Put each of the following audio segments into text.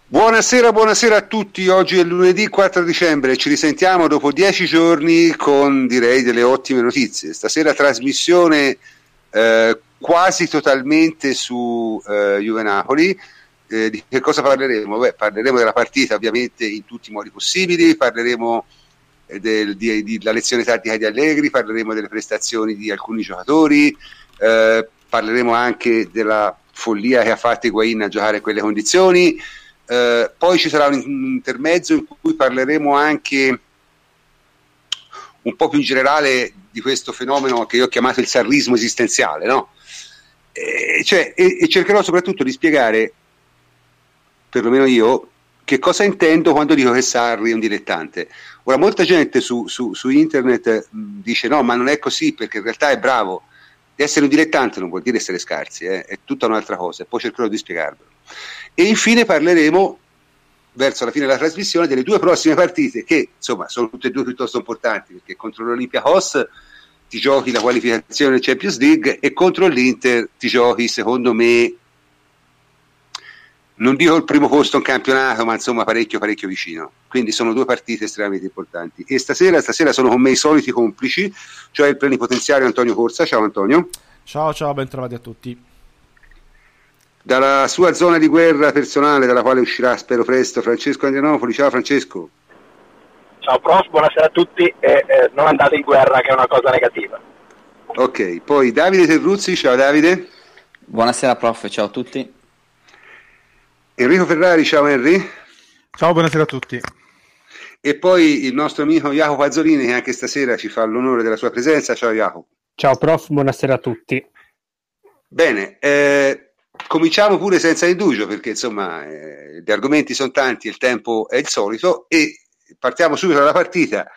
Buonasera, buonasera a tutti. Oggi è lunedì 4 dicembre, ci risentiamo dopo 10 giorni con, direi, delle ottime notizie. Stasera trasmissione quasi totalmente su Juve Napoli. Di che cosa parleremo? Parleremo della partita ovviamente in tutti i modi possibili, parleremo della lezione tattica di Allegri, parleremo delle prestazioni di alcuni giocatori, parleremo anche della follia che ha fatto Higuaín a giocare in quelle condizioni. Poi ci sarà un intermezzo in cui parleremo anche un po' più in generale di questo fenomeno che io ho chiamato il sarrismo esistenziale, no? E cercherò soprattutto di spiegare, perlomeno io, che cosa intendo quando dico che Sarri è un dilettante. Ora, molta gente su internet dice no, ma non è così, perché in realtà è bravo. Essere un dilettante non vuol dire essere scarsi, è tutta un'altra cosa, e poi cercherò di spiegarvelo. E infine parleremo, verso la fine della trasmissione, delle due prossime partite che, insomma, sono tutte e due piuttosto importanti, perché contro l'Olympiakos ti giochi la qualificazione del Champions League e contro l'Inter ti giochi, secondo me, non dico il primo posto in campionato, ma insomma parecchio vicino. Quindi sono due partite estremamente importanti. E stasera sono con me i soliti complici, cioè il plenipotenziario Antonio Corsa. Ciao Antonio. Ciao, ben trovati a tutti. Dalla sua zona di guerra personale, dalla quale uscirà, spero presto, Francesco Andrianopoli. Ciao Francesco. Ciao prof, buonasera a tutti e non andate in guerra, che è una cosa negativa. Ok, poi Davide Terruzzi. Ciao Davide. Buonasera prof, ciao a tutti. Enrico Ferrari. Ciao Henry. Ciao, buonasera a tutti. E poi il nostro amico Jacopo Azzolini, che anche stasera ci fa l'onore della sua presenza. Ciao Jacopo. Ciao prof, buonasera a tutti. Bene, cominciamo pure senza indugio, perché insomma gli argomenti sono tanti, il tempo è il solito, e partiamo subito dalla partita.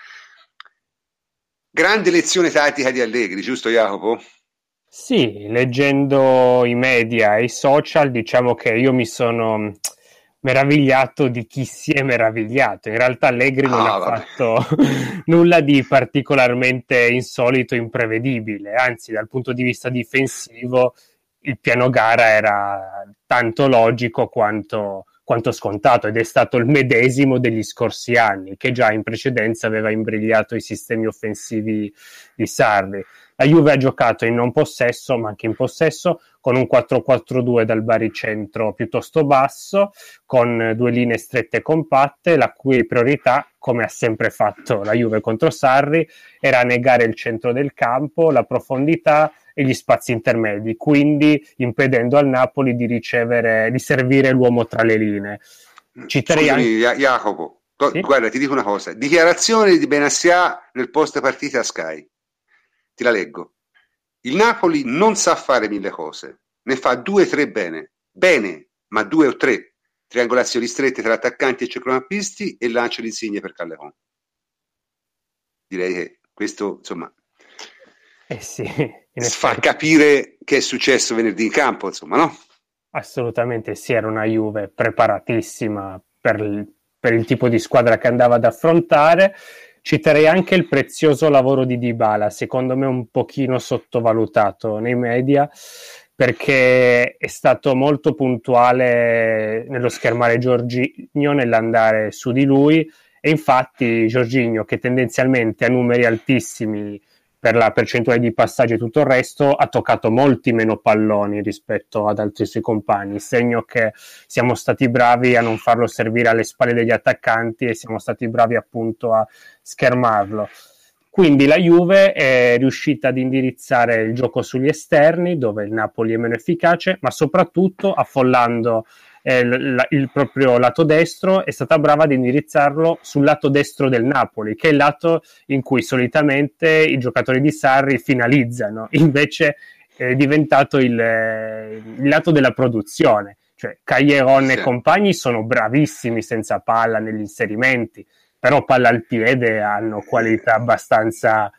Grande lezione tattica di Allegri, giusto Jacopo? Sì, leggendo i media e i social, diciamo che io mi sono meravigliato di chi si è meravigliato. In realtà Allegri non ha fatto nulla di particolarmente insolito, imprevedibile, anzi dal punto di vista difensivo il piano gara era tanto logico quanto scontato, ed è stato il medesimo degli scorsi anni, che già in precedenza aveva imbrigliato i sistemi offensivi di Sarri. La Juve ha giocato in non possesso, ma anche in possesso, con un 4-4-2 dal baricentro piuttosto basso, con due linee strette e compatte, la cui priorità, come ha sempre fatto la Juve contro Sarri, era negare il centro del campo, la profondità e gli spazi intermedi, quindi impedendo al Napoli di servire l'uomo tra le linee. Scusami, Jacopo, sì? Guarda, ti dico una cosa: dichiarazione di Benassia nel post partita a Sky. Ti la leggo. Il Napoli non sa fare mille cose, ne fa 2 o 3 bene, ma 2 o 3 triangolazioni strette tra attaccanti e centrocampisti e lancio l'insigne per Callejon. Direi che questo, insomma, sì, fa capire che è successo venerdì in campo, insomma, no? Assolutamente sì, era una Juve preparatissima per il tipo di squadra che andava ad affrontare. Citerei anche il prezioso lavoro di Dybala, secondo me un pochino sottovalutato nei media, perché è stato molto puntuale nello schermare Jorginho, nell'andare su di lui, e infatti Jorginho, che tendenzialmente ha numeri altissimi per la percentuale di passaggi e tutto il resto, ha toccato molti meno palloni rispetto ad altri suoi compagni, segno che siamo stati bravi a non farlo servire alle spalle degli attaccanti e siamo stati bravi appunto a schermarlo. Quindi la Juve è riuscita ad indirizzare il gioco sugli esterni, dove il Napoli è meno efficace, ma soprattutto affollando il proprio lato destro, è stata brava ad indirizzarlo sul lato destro del Napoli, che è il lato in cui solitamente i giocatori di Sarri finalizzano. Invece è diventato il lato della produzione, cioè Callejon e compagni sono bravissimi senza palla negli inserimenti, però palla al piede hanno qualità abbastanza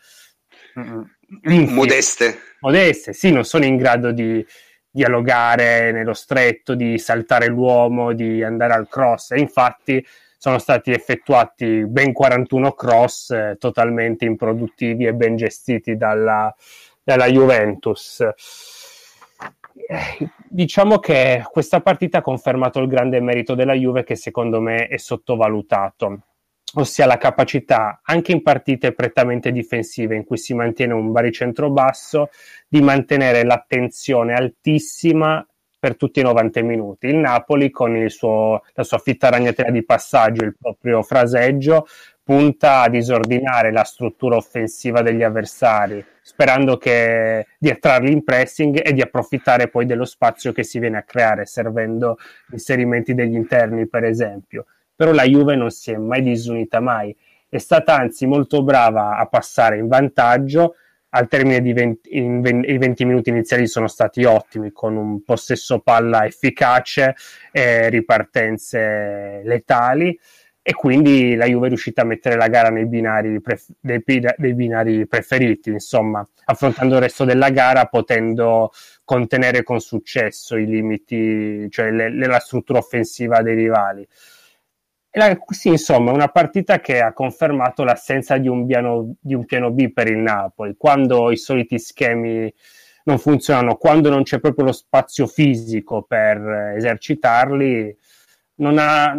modeste, sì, non sono in grado di dialogare nello stretto, di saltare l'uomo, di andare al cross, e infatti sono stati effettuati ben 41 cross totalmente improduttivi e ben gestiti dalla Juventus. Diciamo che questa partita ha confermato il grande merito della Juve, che secondo me è sottovalutato, ossia la capacità, anche in partite prettamente difensive in cui si mantiene un baricentro basso, di mantenere l'attenzione altissima per tutti i 90 minuti. Il Napoli, con la sua fitta ragnatela di passaggio, il proprio fraseggio, punta a disordinare la struttura offensiva degli avversari, sperando di attrarli in pressing e di approfittare poi dello spazio che si viene a creare, servendo inserimenti degli interni, per esempio. Però la Juve non si è mai disunita mai, è stata anzi molto brava a passare in vantaggio. Al termine i 20 minuti iniziali sono stati ottimi, con un possesso palla efficace e ripartenze letali, e quindi la Juve è riuscita a mettere la gara nei binari dei binari preferiti, insomma, affrontando il resto della gara, potendo contenere con successo i limiti, cioè la struttura offensiva dei rivali. Sì, insomma, una partita che ha confermato l'assenza di un piano B per il Napoli. Quando i soliti schemi non funzionano, quando non c'è proprio lo spazio fisico per esercitarli, non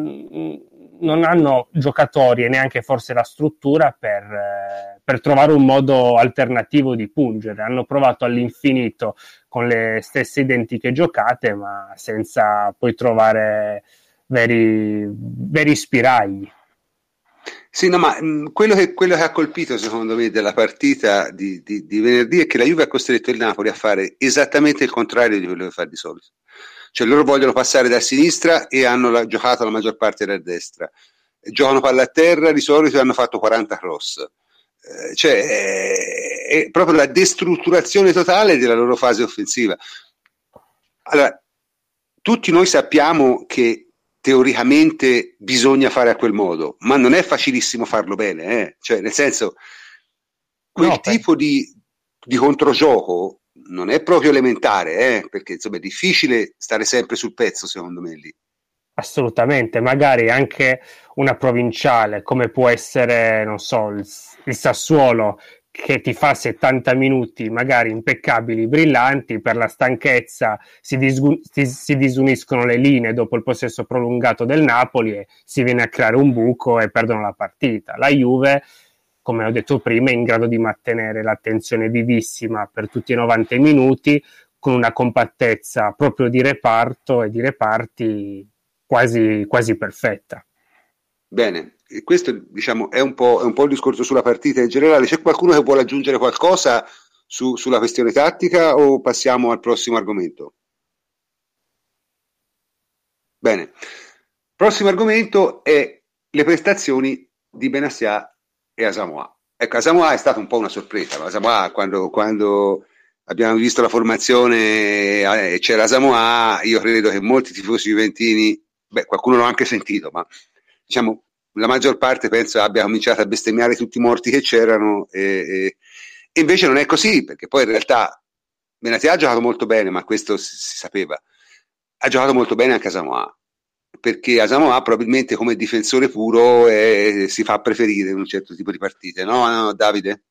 hanno giocatori e neanche forse la struttura per trovare un modo alternativo di pungere. Hanno provato all'infinito con le stesse identiche giocate, ma senza poi trovare veri spiragli. Sì, no, ma quello che ha colpito secondo me della partita di venerdì è che la Juve ha costretto il Napoli a fare esattamente il contrario di quello che fa di solito. Cioè loro vogliono passare da sinistra e hanno giocato la maggior parte da destra. Giocano palla a terra di solito e hanno fatto 40 cross. È proprio la destrutturazione totale della loro fase offensiva. Allora, tutti noi sappiamo che teoricamente bisogna fare a quel modo, ma non è facilissimo farlo bene, cioè nel senso quel tipo di controgioco non è proprio elementare, perché insomma è difficile stare sempre sul pezzo, secondo me lì. Assolutamente, magari anche una provinciale come può essere, non so, il Sassuolo, che ti fa 70 minuti magari impeccabili, brillanti, per la stanchezza si disuniscono le linee dopo il possesso prolungato del Napoli e si viene a creare un buco e perdono la partita. La Juve, come ho detto prima, è in grado di mantenere l'attenzione vivissima per tutti i 90 minuti, con una compattezza proprio di reparto e di reparti quasi perfetta. Bene, e questo diciamo è un po' il discorso sulla partita in generale. C'è qualcuno che vuole aggiungere qualcosa sulla questione tattica o passiamo al prossimo argomento? Bene, prossimo argomento è le prestazioni di Benassia e Asamoah. Ecco, Asamoah è stata un po' una sorpresa, no? Asamoah, quando abbiamo visto la formazione e c'era Asamoah, io credo che molti tifosi juventini, qualcuno l'ho anche sentito, ma diciamo la maggior parte penso abbia cominciato a bestemmiare tutti i morti che c'erano e invece non è così, perché poi in realtà Benatia ha giocato molto bene, ma questo si sapeva. Ha giocato molto bene anche Asamoah, perché Asamoah probabilmente come difensore puro si fa preferire in un certo tipo di partite, no Davide?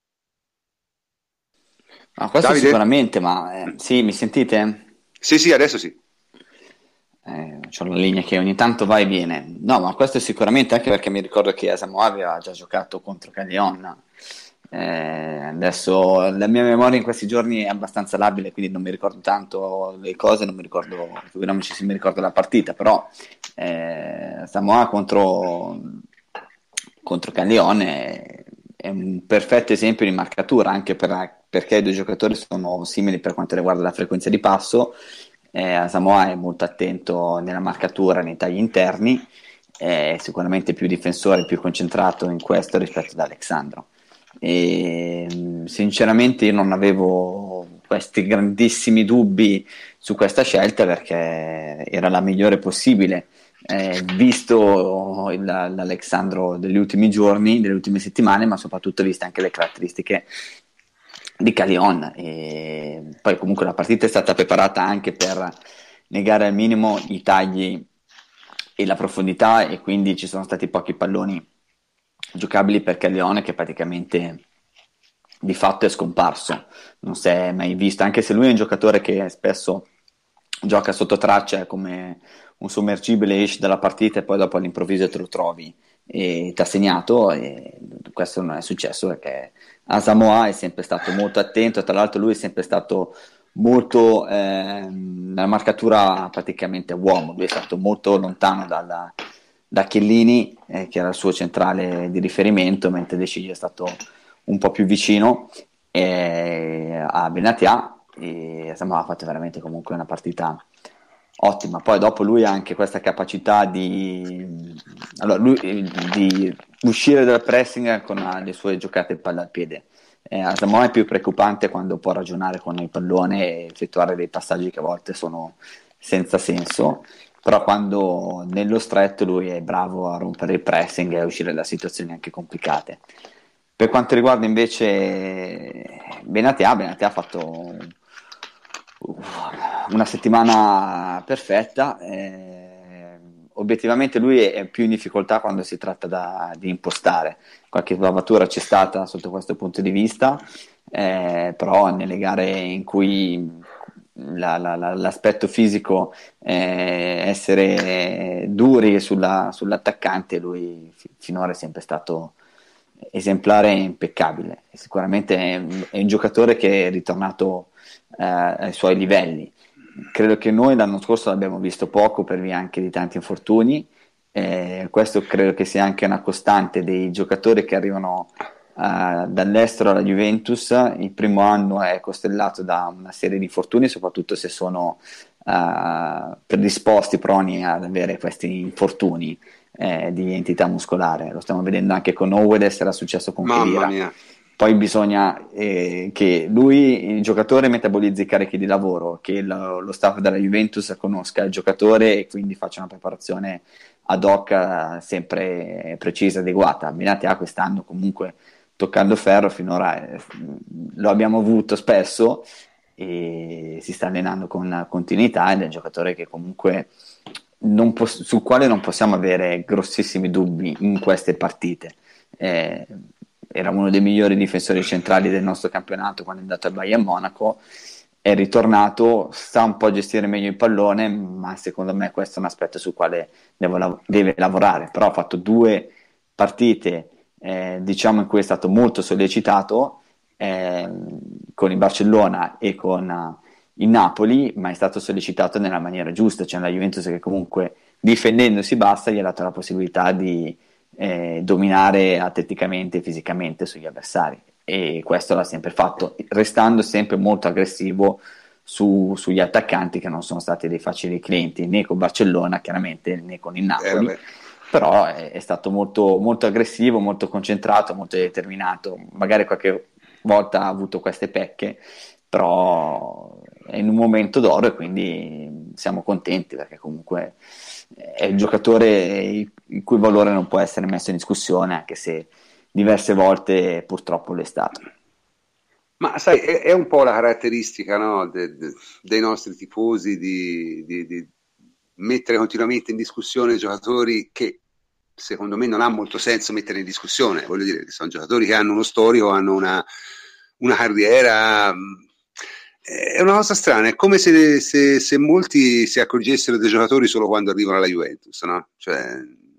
No, questo Davide? Sicuramente, ma sì, mi sentite? Sì, adesso sì. C'ho la linea che ogni tanto va e viene. No, ma questo sicuramente, anche perché mi ricordo che Asamoah aveva già giocato contro Caglion. Adesso la mia memoria in questi giorni è abbastanza labile, quindi non mi ricordo tanto le cose, non mi ricordo, figuriamoci se mi ricordo la partita, però Asamoah contro Caglion è un perfetto esempio di marcatura, anche perché i due giocatori sono simili per quanto riguarda la frequenza di passo. Asamoah è molto attento nella marcatura, nei tagli interni, è sicuramente più difensore, più concentrato in questo rispetto ad Alexandro. E sinceramente io non avevo questi grandissimi dubbi su questa scelta, perché era la migliore possibile, visto l'Alexandro degli ultimi giorni, delle ultime settimane, ma soprattutto viste anche le caratteristiche di Caglion. E poi comunque la partita è stata preparata anche per negare al minimo i tagli e la profondità, e quindi ci sono stati pochi palloni giocabili per Caglion, che praticamente di fatto è scomparso, non si è mai visto, anche se lui è un giocatore che spesso gioca sotto traccia come un sommergibile, esci dalla partita e poi dopo all'improvviso te lo trovi e ti ha segnato, e questo non è successo perché a Samoa è sempre stato molto attento, e tra l'altro lui è sempre stato molto nella marcatura praticamente a uomo, lui è stato molto lontano da Chiellini, che era il suo centrale di riferimento, mentre De Sciglio è stato un po' più vicino a Benatia, e Samoa ha fatto veramente comunque una partita ottima. Poi dopo lui ha anche questa capacità di uscire dal pressing con le sue giocate palla al piede. A Samoa è più preoccupante quando può ragionare con il pallone e effettuare dei passaggi che a volte sono senza senso, però quando nello stretto lui è bravo a rompere il pressing e a uscire da situazioni anche complicate. Per quanto riguarda invece Benatia ha fatto una settimana perfetta, obiettivamente lui è più in difficoltà quando si tratta di impostare, qualche lavatura c'è stata sotto questo punto di vista, però nelle gare in cui l'aspetto fisico, essere duri sull'attaccante, lui finora è sempre stato esemplare e impeccabile. Sicuramente è un giocatore che è ritornato ai suoi livelli. Credo che noi l'anno scorso l'abbiamo visto poco per via anche di tanti infortuni, questo credo che sia anche una costante dei giocatori che arrivano dall'estero alla Juventus. Il primo anno è costellato da una serie di infortuni, soprattutto se sono predisposti, proni ad avere questi infortuni di entità muscolare. Lo stiamo vedendo anche con Owedes, era successo con Khedira. Poi bisogna che lui, il giocatore, metabolizzi i carichi di lavoro, che lo staff della Juventus conosca il giocatore e quindi faccia una preparazione ad hoc sempre precisa, adeguata. Benatia quest'anno comunque, toccando ferro, finora lo abbiamo avuto spesso e si sta allenando con continuità, ed è un giocatore che comunque sul quale non possiamo avere grossissimi dubbi in queste partite. Era uno dei migliori difensori centrali del nostro campionato quando è andato al Bayern Monaco, è ritornato, sa un po' gestire meglio il pallone, ma secondo me questo è un aspetto sul quale deve lavorare. Però ha fatto 2 partite diciamo in cui è stato molto sollecitato, con il Barcellona e con il Napoli, ma è stato sollecitato nella maniera giusta. C'è la Juventus che comunque difendendosi basta gli ha dato la possibilità di dominare atleticamente e fisicamente sugli avversari, e questo l'ha sempre fatto, restando sempre molto aggressivo sugli attaccanti, che non sono stati dei facili clienti né con Barcellona chiaramente né con il Napoli, però è stato molto, molto aggressivo, molto concentrato, molto determinato. Magari qualche volta ha avuto queste pecche, però è in un momento d'oro e quindi siamo contenti, perché comunque è un giocatore il cui valore non può essere messo in discussione, anche se diverse volte purtroppo lo è stato. Ma sai, è un po' la caratteristica, no, dei nostri tifosi di mettere continuamente in discussione giocatori che secondo me non ha molto senso mettere in discussione. Voglio dire che sono giocatori che hanno uno storico, hanno una carriera. È una cosa strana, è come se molti si accorgessero dei giocatori solo quando arrivano alla Juventus, no? Cioè,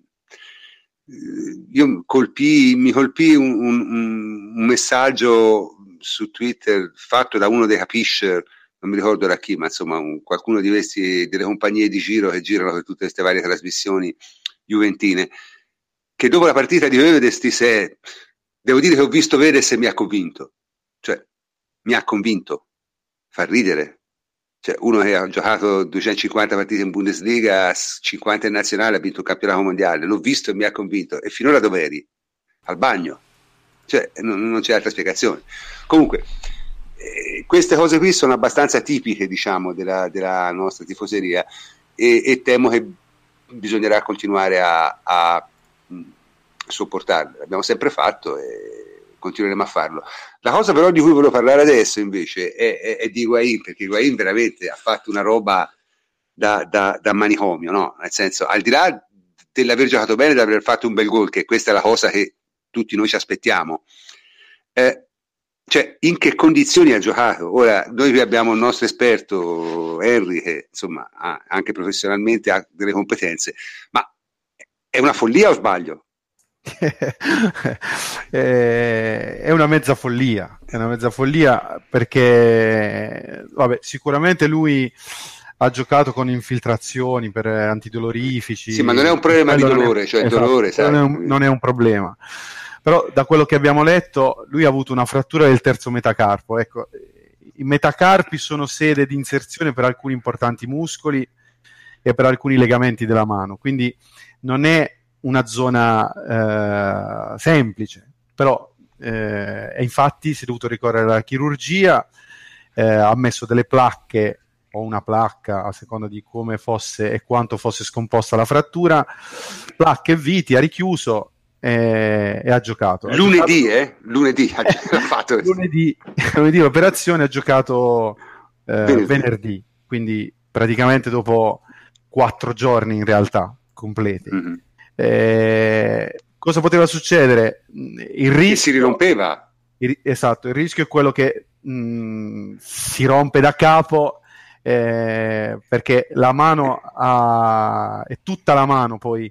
mi colpì un messaggio su Twitter fatto da uno dei capiscer, non mi ricordo da chi, ma insomma qualcuno di questi delle compagnie di giro che girano per tutte queste varie trasmissioni juventine, che dopo la partita di Vedes disse: devo dire che ho visto Vedes e mi ha convinto. Cioè, mi ha convinto. Fa ridere. Cioè, uno che ha giocato 250 partite in Bundesliga, 50 in nazionale, ha vinto il campionato mondiale, l'ho visto e mi ha convinto. E finora dove eri? Al bagno. Cioè, non c'è altra spiegazione. Comunque, queste cose qui sono abbastanza tipiche, diciamo, della nostra tifoseria, e temo che bisognerà continuare a sopportarle. L'abbiamo sempre fatto e continueremo a farlo. La cosa però di cui volevo parlare adesso invece è di Higuaín, perché Higuaín veramente ha fatto una roba da manicomio, no? Nel senso, al di là dell'aver giocato bene, di aver fatto un bel gol, che questa è la cosa che tutti noi ci aspettiamo, cioè, in che condizioni ha giocato? Ora, noi qui abbiamo il nostro esperto Henry, che insomma anche professionalmente ha delle competenze, ma è una follia o sbaglio? È una mezza follia, perché vabbè, sicuramente lui ha giocato con infiltrazioni per antidolorifici. Sì, ma non è un problema di dolore, cioè il dolore, sai. Non è un problema. Però da quello che abbiamo letto, lui ha avuto una frattura del terzo metacarpo. Ecco, i metacarpi sono sede di inserzione per alcuni importanti muscoli e per alcuni legamenti della mano, quindi non è una zona semplice, però infatti si è dovuto ricorrere alla chirurgia, ha messo delle placche o una placca a seconda di come fosse e quanto fosse scomposta la frattura, placche e viti, ha richiuso e ha giocato. Lunedì ha fatto. lunedì l'operazione, ha giocato venerdì, quindi praticamente dopo 4 giorni in realtà completi. Mm-hmm. Cosa poteva succedere? Il rischio che si rirompeva. Esatto, il rischio è quello che si rompe da capo, perché la mano è tutta la mano poi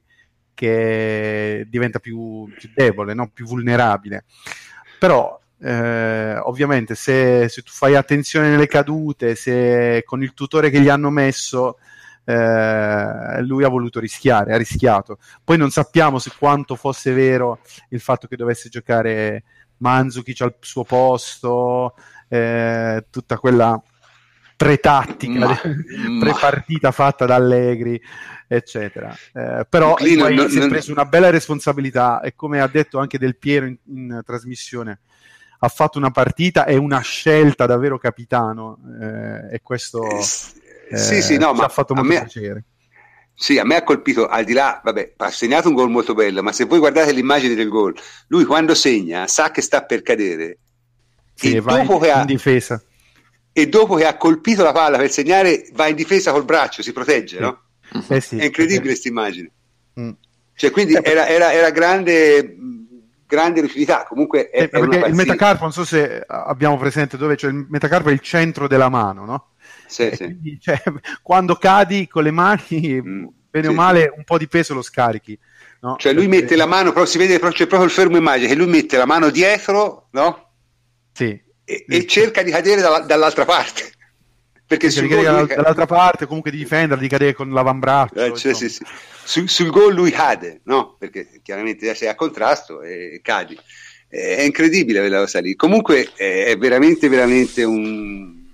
che diventa più debole, no? Più vulnerabile. Però ovviamente se tu fai attenzione nelle cadute, se con il tutore che gli hanno messo, lui ha voluto rischiare, ha rischiato. Poi non sappiamo se quanto fosse vero il fatto che dovesse giocare Mandzukic al suo posto, tutta quella pretattica, prepartita fatta da Allegri, eccetera. Però si è preso una bella responsabilità, e come ha detto anche Del Piero in trasmissione, ha fatto una partita e una scelta davvero capitano, e questo sì, no, ci ha fatto molto piacere. Sì, a me ha colpito, al di là, vabbè, ha segnato un gol molto bello, ma se voi guardate le immagini del gol, lui quando segna sa che sta per cadere, sì, e dopo in difesa. E dopo che ha colpito la palla per segnare, va in difesa col braccio, si protegge, sì. No? Sì, è incredibile questa immagine. Cioè, quindi era grande lucidità. Comunque è perché il metacarpo, non so se abbiamo presente dove, cioè il metacarpo è il centro della mano, no? Sì. Quindi, cioè, quando cadi con le mani, bene o male, un po' di peso lo scarichi, no? Cioè lui mette la mano, però si vede, c'è proprio il fermo immagine che lui mette la mano dietro, no? Sì. E cerca di cadere dall'altra parte, perché sul gol dall'altra parte, comunque di difendere, di cadere con l'avambraccio, sì. Sul gol lui cade, no? Perché chiaramente sei a contrasto e cadi. È incredibile quella cosa lì. Comunque è veramente un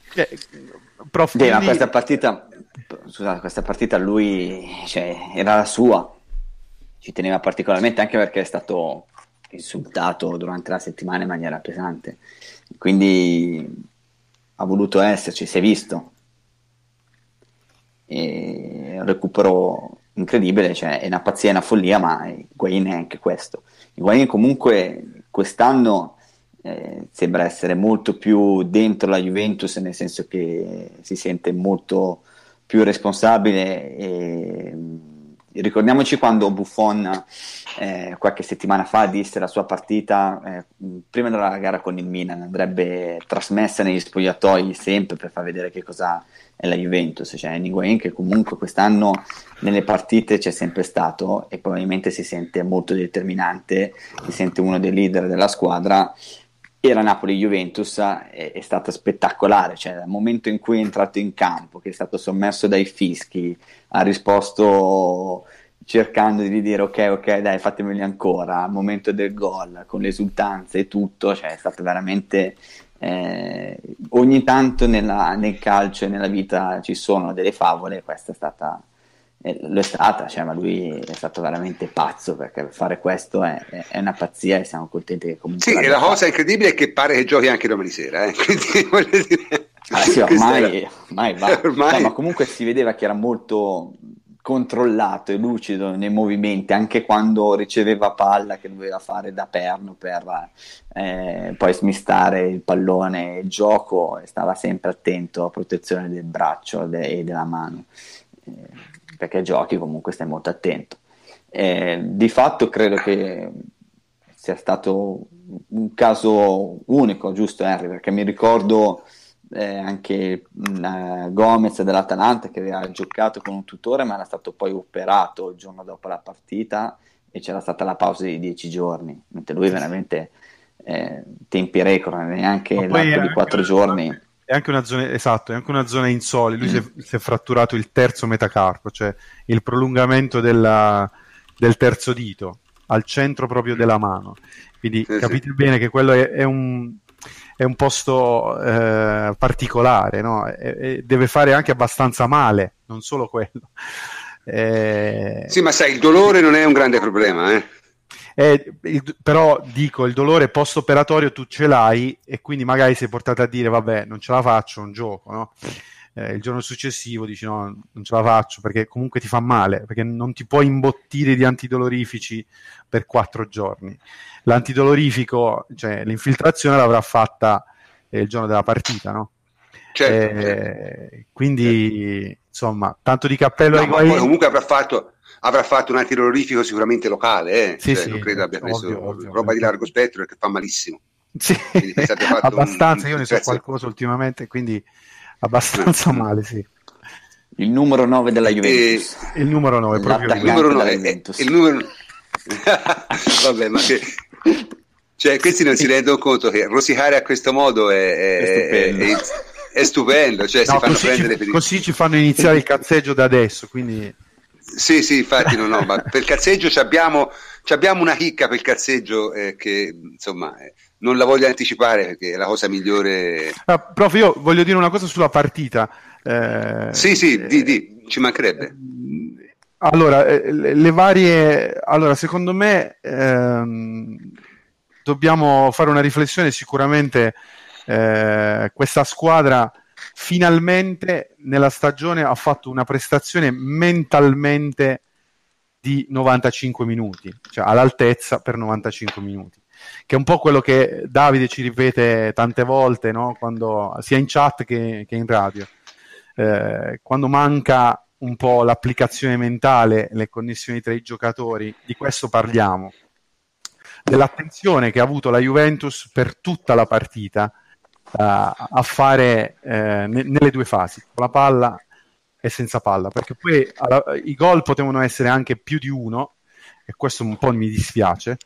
ma questa partita lui, cioè, era la sua, ci teneva particolarmente, anche perché è stato insultato durante la settimana in maniera pesante, quindi ha voluto esserci, si è visto, e un recupero incredibile, cioè è una pazzia, è una follia, ma Higuaín è anche questo. Higuaín comunque quest'anno sembra essere molto più dentro la Juventus, nel senso che si sente molto più responsabile, e ricordiamoci quando Buffon qualche settimana fa disse la sua partita prima della gara con il Milan andrebbe trasmessa negli spogliatoi sempre per far vedere che cosa è la Juventus. Cioè Higuaín, che comunque quest'anno nelle partite c'è sempre stato e probabilmente si sente molto determinante, si sente uno dei leader della squadra, e la Napoli-Juventus è stata spettacolare, cioè dal momento in cui è entrato in campo, che è stato sommerso dai fischi, ha risposto cercando di dire ok dai, fatemeli ancora, al momento del gol, con le esultanze e tutto, cioè è stato veramente ogni tanto nel calcio e nella vita ci sono delle favole, questa è stata lo è stata, cioè, ma lui è stato veramente pazzo, perché fare questo è una pazzia, e siamo contenti che comunque e la cosa incredibile è che pare che giochi anche domani sera, quindi voglio dire, sì, ormai va. No, ma comunque si vedeva che era molto controllato e lucido nei movimenti, anche quando riceveva palla che doveva fare da perno per poi smistare il pallone, il gioco, e stava sempre attento a protezione del braccio e della mano, perché giochi comunque stai molto attento. Di fatto credo che sia stato un caso unico, giusto Henry? Perché mi ricordo anche Gomez dell'Atalanta che aveva giocato con un tutore ma era stato poi operato il giorno dopo la partita e c'era stata la pausa di 10 giorni, mentre lui veramente tempi record, neanche l'arco di 4 giorni. È anche una zona, esatto, è anche una zona insolita. Lui si è fratturato il terzo metacarpo, cioè il prolungamento del terzo dito al centro proprio della mano. Quindi capite bene che quello è un posto particolare, no? Deve fare anche abbastanza male, non solo quello. Sì, ma sai, il dolore non è un grande problema, però dico, il dolore post-operatorio tu ce l'hai e quindi magari sei portato a dire vabbè, non ce la faccio, non gioco, no? Il giorno successivo dici no, non ce la faccio perché comunque ti fa male, perché non ti puoi imbottire di antidolorifici per 4 giorni. L'antidolorifico, cioè l'infiltrazione l'avrà fatta il giorno della partita, no? Certo. Quindi insomma, tanto di cappello ai ma poi comunque avrà fatto un antidolorifico sicuramente locale, sì, non credo abbia preso ovvio, roba di largo spettro perché fa malissimo. Sì, abbastanza, io ne so qualcosa ultimamente, quindi abbastanza male, sì. Il numero 9 della Juventus. Il numero 9, proprio il numero 9 il numero vabbè, ma che cioè questi non si rendono conto che rosicare a questo modo è stupendo, cioè si fanno prendere per così ci fanno iniziare il cazzeggio da adesso, quindi sì, infatti no, ma per il cazzeggio abbiamo una chicca per il cazzeggio che insomma non la voglio anticipare perché è la cosa migliore. Prof, io voglio dire una cosa sulla partita. Sì, ci mancherebbe. Allora, le varie. Allora, secondo me dobbiamo fare una riflessione. Sicuramente questa squadra finalmente nella stagione ha fatto una prestazione mentalmente di 95 minuti, cioè all'altezza per 95 minuti, che è un po' quello che Davide ci ripete tante volte, no? Quando, sia in chat che in radio, quando manca un po' l'applicazione mentale, le connessioni tra i giocatori, di questo parliamo, dell'attenzione che ha avuto la Juventus per tutta la partita a fare nelle due fasi, con la palla e senza palla, perché poi i gol potevano essere anche più di uno e questo un po' mi dispiace.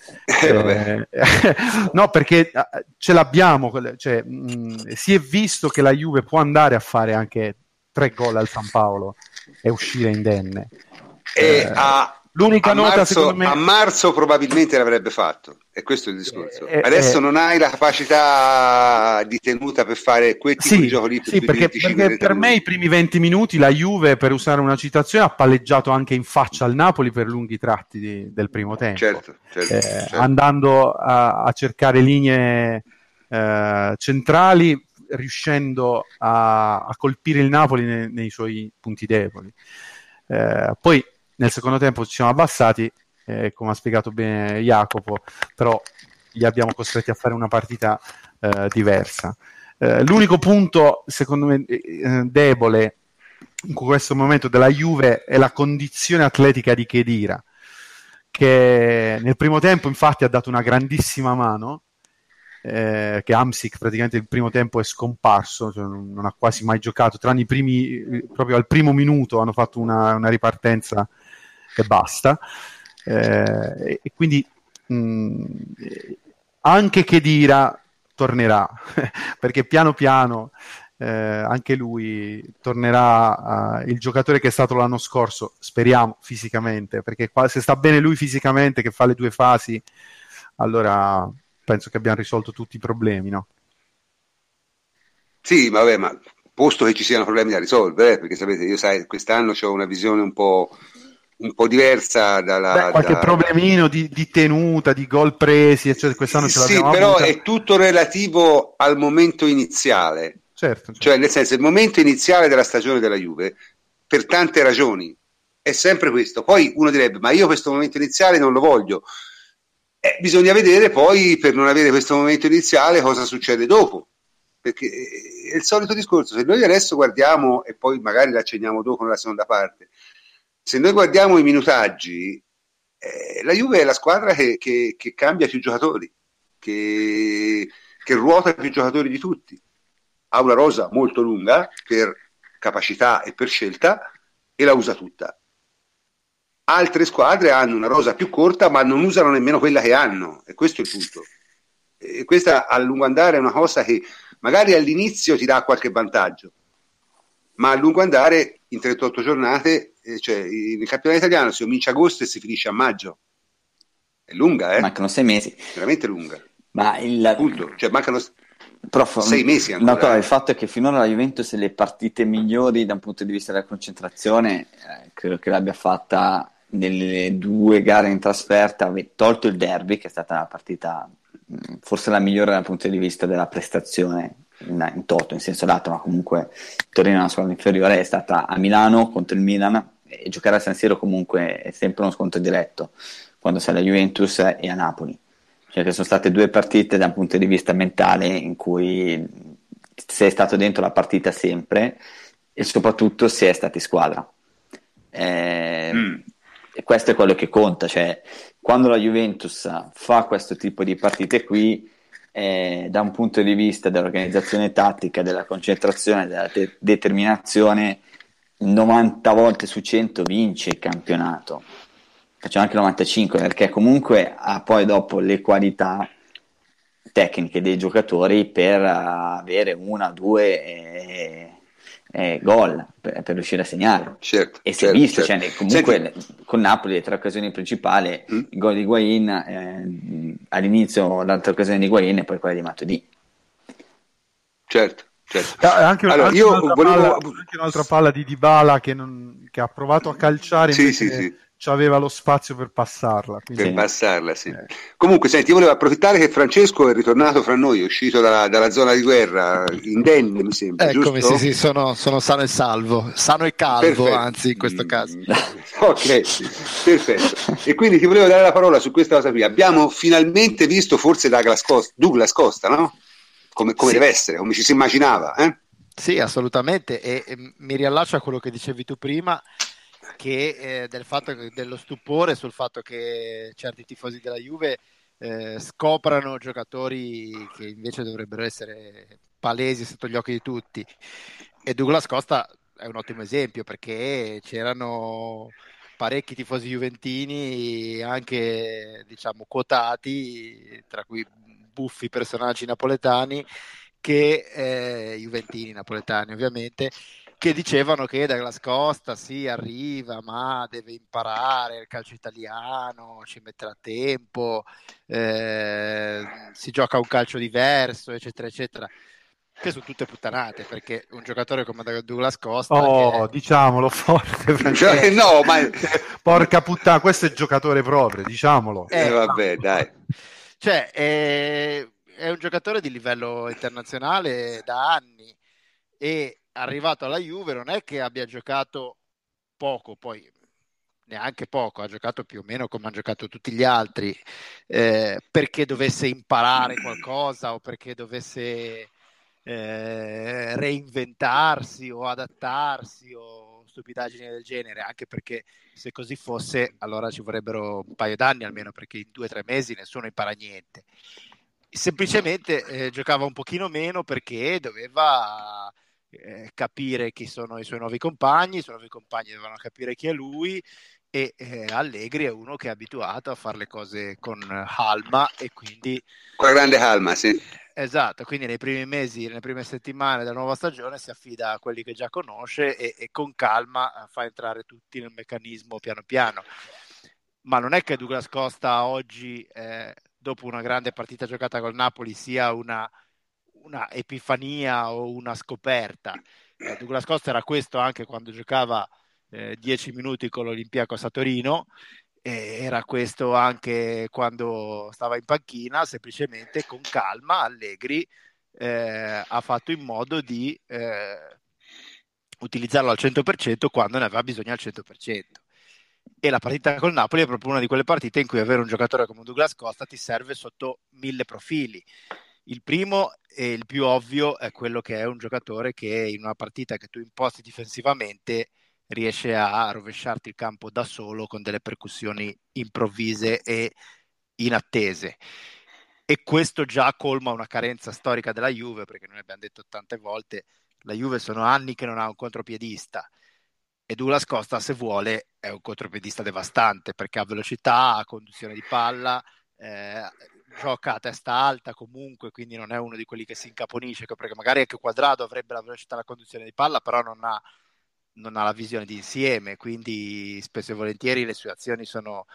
No, perché ce l'abbiamo, cioè, si è visto che la Juve può andare a fare anche 3 gol al San Paolo e uscire indenne. L'unica nota, secondo me, a marzo probabilmente l'avrebbe fatto, e questo è il discorso. Adesso non hai la capacità di tenuta per fare quel tipo di gioco lì. Perché per me i primi 20 minuti la Juve, per usare una citazione, ha palleggiato anche in faccia al Napoli per lunghi tratti del primo tempo, certo. Andando a cercare linee centrali, riuscendo a colpire il Napoli nei suoi punti deboli. Poi nel secondo tempo ci siamo abbassati, come ha spiegato bene Jacopo, però li abbiamo costretti a fare una partita diversa. L'unico punto, secondo me, debole in questo momento della Juve è la condizione atletica di Khedira, che nel primo tempo infatti ha dato una grandissima mano, che Hamsik praticamente il primo tempo è scomparso, cioè non ha quasi mai giocato, tranne i primi, proprio al primo minuto hanno fatto una ripartenza e basta, e quindi anche Khedira tornerà perché piano piano anche lui tornerà il giocatore che è stato l'anno scorso, speriamo fisicamente, perché se sta bene lui fisicamente, che fa le 2 fasi, allora penso che abbiamo risolto tutti i problemi, no? Sì, vabbè, ma posto che ci siano problemi da risolvere, perché sapete, io quest'anno ho una visione un po' diversa dalla... qualche problemino di tenuta, di gol presi, eccetera, quest'anno ce l'abbiamo però avuta. è tutto relativo al momento iniziale. Certo. Cioè, nel senso, il momento iniziale della stagione della Juve, per tante ragioni, è sempre questo. Poi uno direbbe, ma io questo momento iniziale non lo voglio. Bisogna vedere poi, per non avere questo momento iniziale, cosa succede dopo, perché è il solito discorso. Se noi adesso guardiamo, e poi magari l'accenniamo dopo nella seconda parte, se noi guardiamo i minutaggi, la Juve è la squadra che cambia più giocatori, che ruota più giocatori di tutti. Ha una rosa molto lunga per capacità e per scelta e la usa tutta. Altre squadre hanno una rosa più corta ma non usano nemmeno quella che hanno, e questo è il punto. E questa a lungo andare è una cosa che magari all'inizio ti dà qualche vantaggio, ma a lungo andare in 38 giornate, cioè nel campionato italiano si comincia a agosto e si finisce a maggio. È lunga, Mancano 6 mesi. Veramente lunga. Ma Punto. Cioè mancano Prof, 6 mesi ancora. No, però il fatto è che finora la Juventus le partite migliori da un punto di vista della concentrazione credo che l'abbia fatta nelle 2 gare in trasferta, tolto il derby, che è stata la partita forse la migliore dal punto di vista della prestazione in toto, in senso lato, ma comunque Torino è una squadra inferiore, è stata a Milano contro il Milan, e giocare a San Siro comunque è sempre uno scontro diretto quando sei alla Juventus e a Napoli. Cioè che sono state 2 partite da un punto di vista mentale in cui sei stato dentro la partita sempre e soprattutto se è stati squadra. E questo è quello che conta, cioè quando la Juventus fa questo tipo di partite qui, da un punto di vista dell'organizzazione tattica, della concentrazione, della determinazione, 90 volte su 100 vince il campionato. Facciamo anche 95, perché comunque ha poi dopo le qualità tecniche dei giocatori per avere 1 o 2 gol per riuscire a segnare. Certo, e si è visto, certo. Cioè, comunque con Napoli le 3 occasioni principali, il gol di Higuain, all'inizio l'altra occasione di Higuain e poi quella di Matuidi. Certo. Anche un'altra palla di Dybala che ha provato a calciare, sì. C'aveva lo spazio per passarla. Quindi... Per passarla, sì. Comunque, senti, io volevo approfittare che Francesco è ritornato fra noi, è uscito dalla zona di guerra, indenne, mi sembra, Eccomi, giusto? sì, sono sano e salvo, sano e calvo, perfetto. Anzi, in questo caso. Ok, perfetto. E quindi ti volevo dare la parola su questa cosa qui. Abbiamo finalmente visto forse Douglas Costa, no? Come sì. Deve essere, come ci si immaginava, Sì, assolutamente, e mi riallaccio a quello che dicevi tu prima, che del fatto dello stupore sul fatto che certi tifosi della Juve scoprano giocatori che invece dovrebbero essere palesi sotto gli occhi di tutti, e Douglas Costa è un ottimo esempio, perché c'erano parecchi tifosi juventini anche diciamo quotati, tra cui buffi personaggi napoletani juventini napoletani ovviamente, che dicevano che Douglas Costa sì arriva ma deve imparare il calcio italiano, ci metterà tempo, si gioca un calcio diverso, eccetera eccetera, che sono tutte puttanate, perché un giocatore come Douglas Costa diciamolo forte, no, ma porca puttana, questo è il giocatore proprio, diciamolo. Vabbè, dai, cioè è un giocatore di livello internazionale da anni, e arrivato alla Juve non è che abbia giocato poco, poi neanche poco, ha giocato più o meno come hanno giocato tutti gli altri, perché dovesse imparare qualcosa o perché dovesse reinventarsi o adattarsi o stupidaggini del genere, anche perché se così fosse allora ci vorrebbero un paio d'anni almeno, perché in 2 o 3 mesi nessuno impara niente. Semplicemente giocava un pochino meno perché doveva capire chi sono i suoi nuovi compagni dovevano capire chi è lui, e Allegri è uno che è abituato a fare le cose con calma, e quindi con grande calma, sì. Esatto, quindi nei primi mesi, nelle prime settimane della nuova stagione si affida a quelli che già conosce e con calma fa entrare tutti nel meccanismo piano piano. Ma non è che Douglas Costa oggi, dopo una grande partita giocata col Napoli, sia una epifania o una scoperta. Douglas Costa era questo anche quando giocava 10 minuti con l'Olympiacos a Torino, era questo anche quando stava in panchina. Semplicemente con calma Allegri ha fatto in modo di utilizzarlo al 100% quando ne aveva bisogno al 100%. E la partita col Napoli è proprio una di quelle partite in cui avere un giocatore come Douglas Costa ti serve sotto 1000 profili. Il primo e il più ovvio è quello che è un giocatore che in una partita che tu imposti difensivamente riesce a rovesciarti il campo da solo con delle percussioni improvvise e inattese. E questo già colma una carenza storica della Juve, perché noi abbiamo detto tante volte, la Juve sono anni che non ha un contropiedista, e Douglas Costa, se vuole, è un contropiedista devastante, perché ha velocità, ha conduzione di palla, gioca a testa alta comunque, quindi non è uno di quelli che si incaponisce, perché magari anche Quadrado avrebbe la velocità e la conduzione di palla, però non ha la visione di insieme, quindi spesso e volentieri le sue azioni sono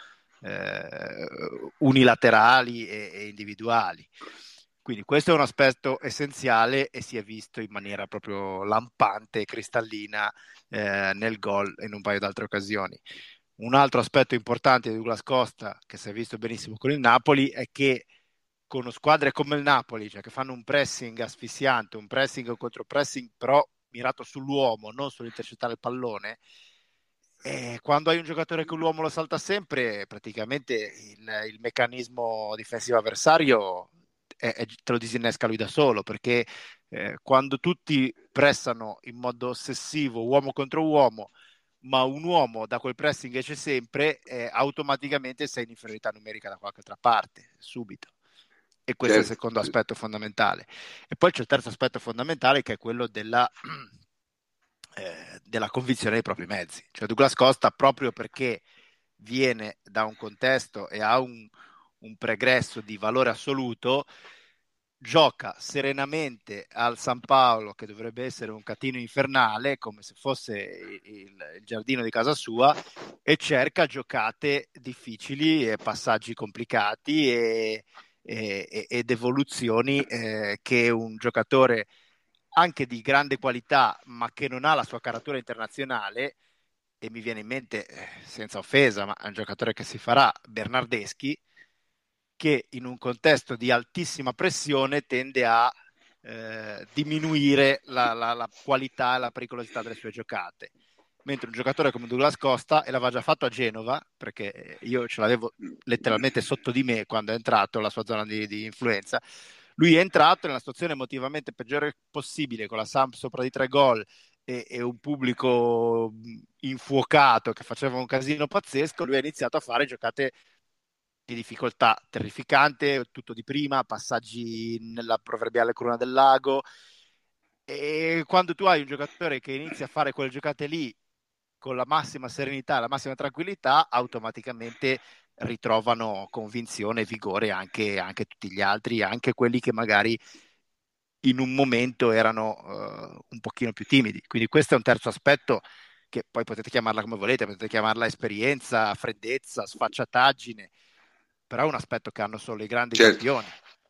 unilaterali e individuali. Quindi questo è un aspetto essenziale e si è visto in maniera proprio lampante e cristallina nel gol e in un paio di altre occasioni. Un altro aspetto importante di Douglas Costa, che si è visto benissimo con il Napoli, è che con squadre come il Napoli, cioè che fanno un pressing asfissiante, un pressing o contropressing però mirato sull'uomo, non sull'intercettare il pallone, quando hai un giocatore che l'uomo lo salta sempre, praticamente il meccanismo difensivo avversario te lo disinnesca lui da solo, perché quando tutti pressano in modo ossessivo uomo contro uomo, ma un uomo da quel pressing esce sempre, automaticamente sei in inferiorità numerica da qualche altra parte, subito. E questo è il secondo aspetto fondamentale. E poi c'è il terzo aspetto fondamentale, che è quello della convinzione dei propri mezzi. Cioè Douglas Costa, proprio perché viene da un contesto e ha un pregresso di valore assoluto, gioca serenamente al San Paolo, che dovrebbe essere un catino infernale, come se fosse il giardino di casa sua, e cerca giocate difficili e passaggi complicati ed evoluzioni che un giocatore anche di grande qualità, ma che non ha la sua caratura internazionale, e mi viene in mente, senza offesa, ma è un giocatore che si farà, Bernardeschi, che in un contesto di altissima pressione tende a diminuire la qualità e la pericolosità delle sue giocate. Mentre un giocatore come Douglas Costa, e l'aveva già fatto a Genova, perché io ce l'avevo letteralmente sotto di me quando è entrato la sua zona di influenza, lui è entrato nella situazione emotivamente peggiore possibile, con la Samp sopra di 3 gol e un pubblico infuocato che faceva un casino pazzesco. Lui ha iniziato a fare giocate di difficoltà terrificante, tutto di prima, passaggi nella proverbiale Corona del Lago, e quando tu hai un giocatore che inizia a fare quelle giocate lì con la massima serenità, la massima tranquillità, automaticamente ritrovano convinzione e vigore anche tutti gli altri, anche quelli che magari in un momento erano un pochino più timidi. Quindi questo è un terzo aspetto, che poi potete chiamarla come volete, potete chiamarla esperienza, freddezza, sfacciataggine, però è un aspetto che hanno solo i grandi campioni.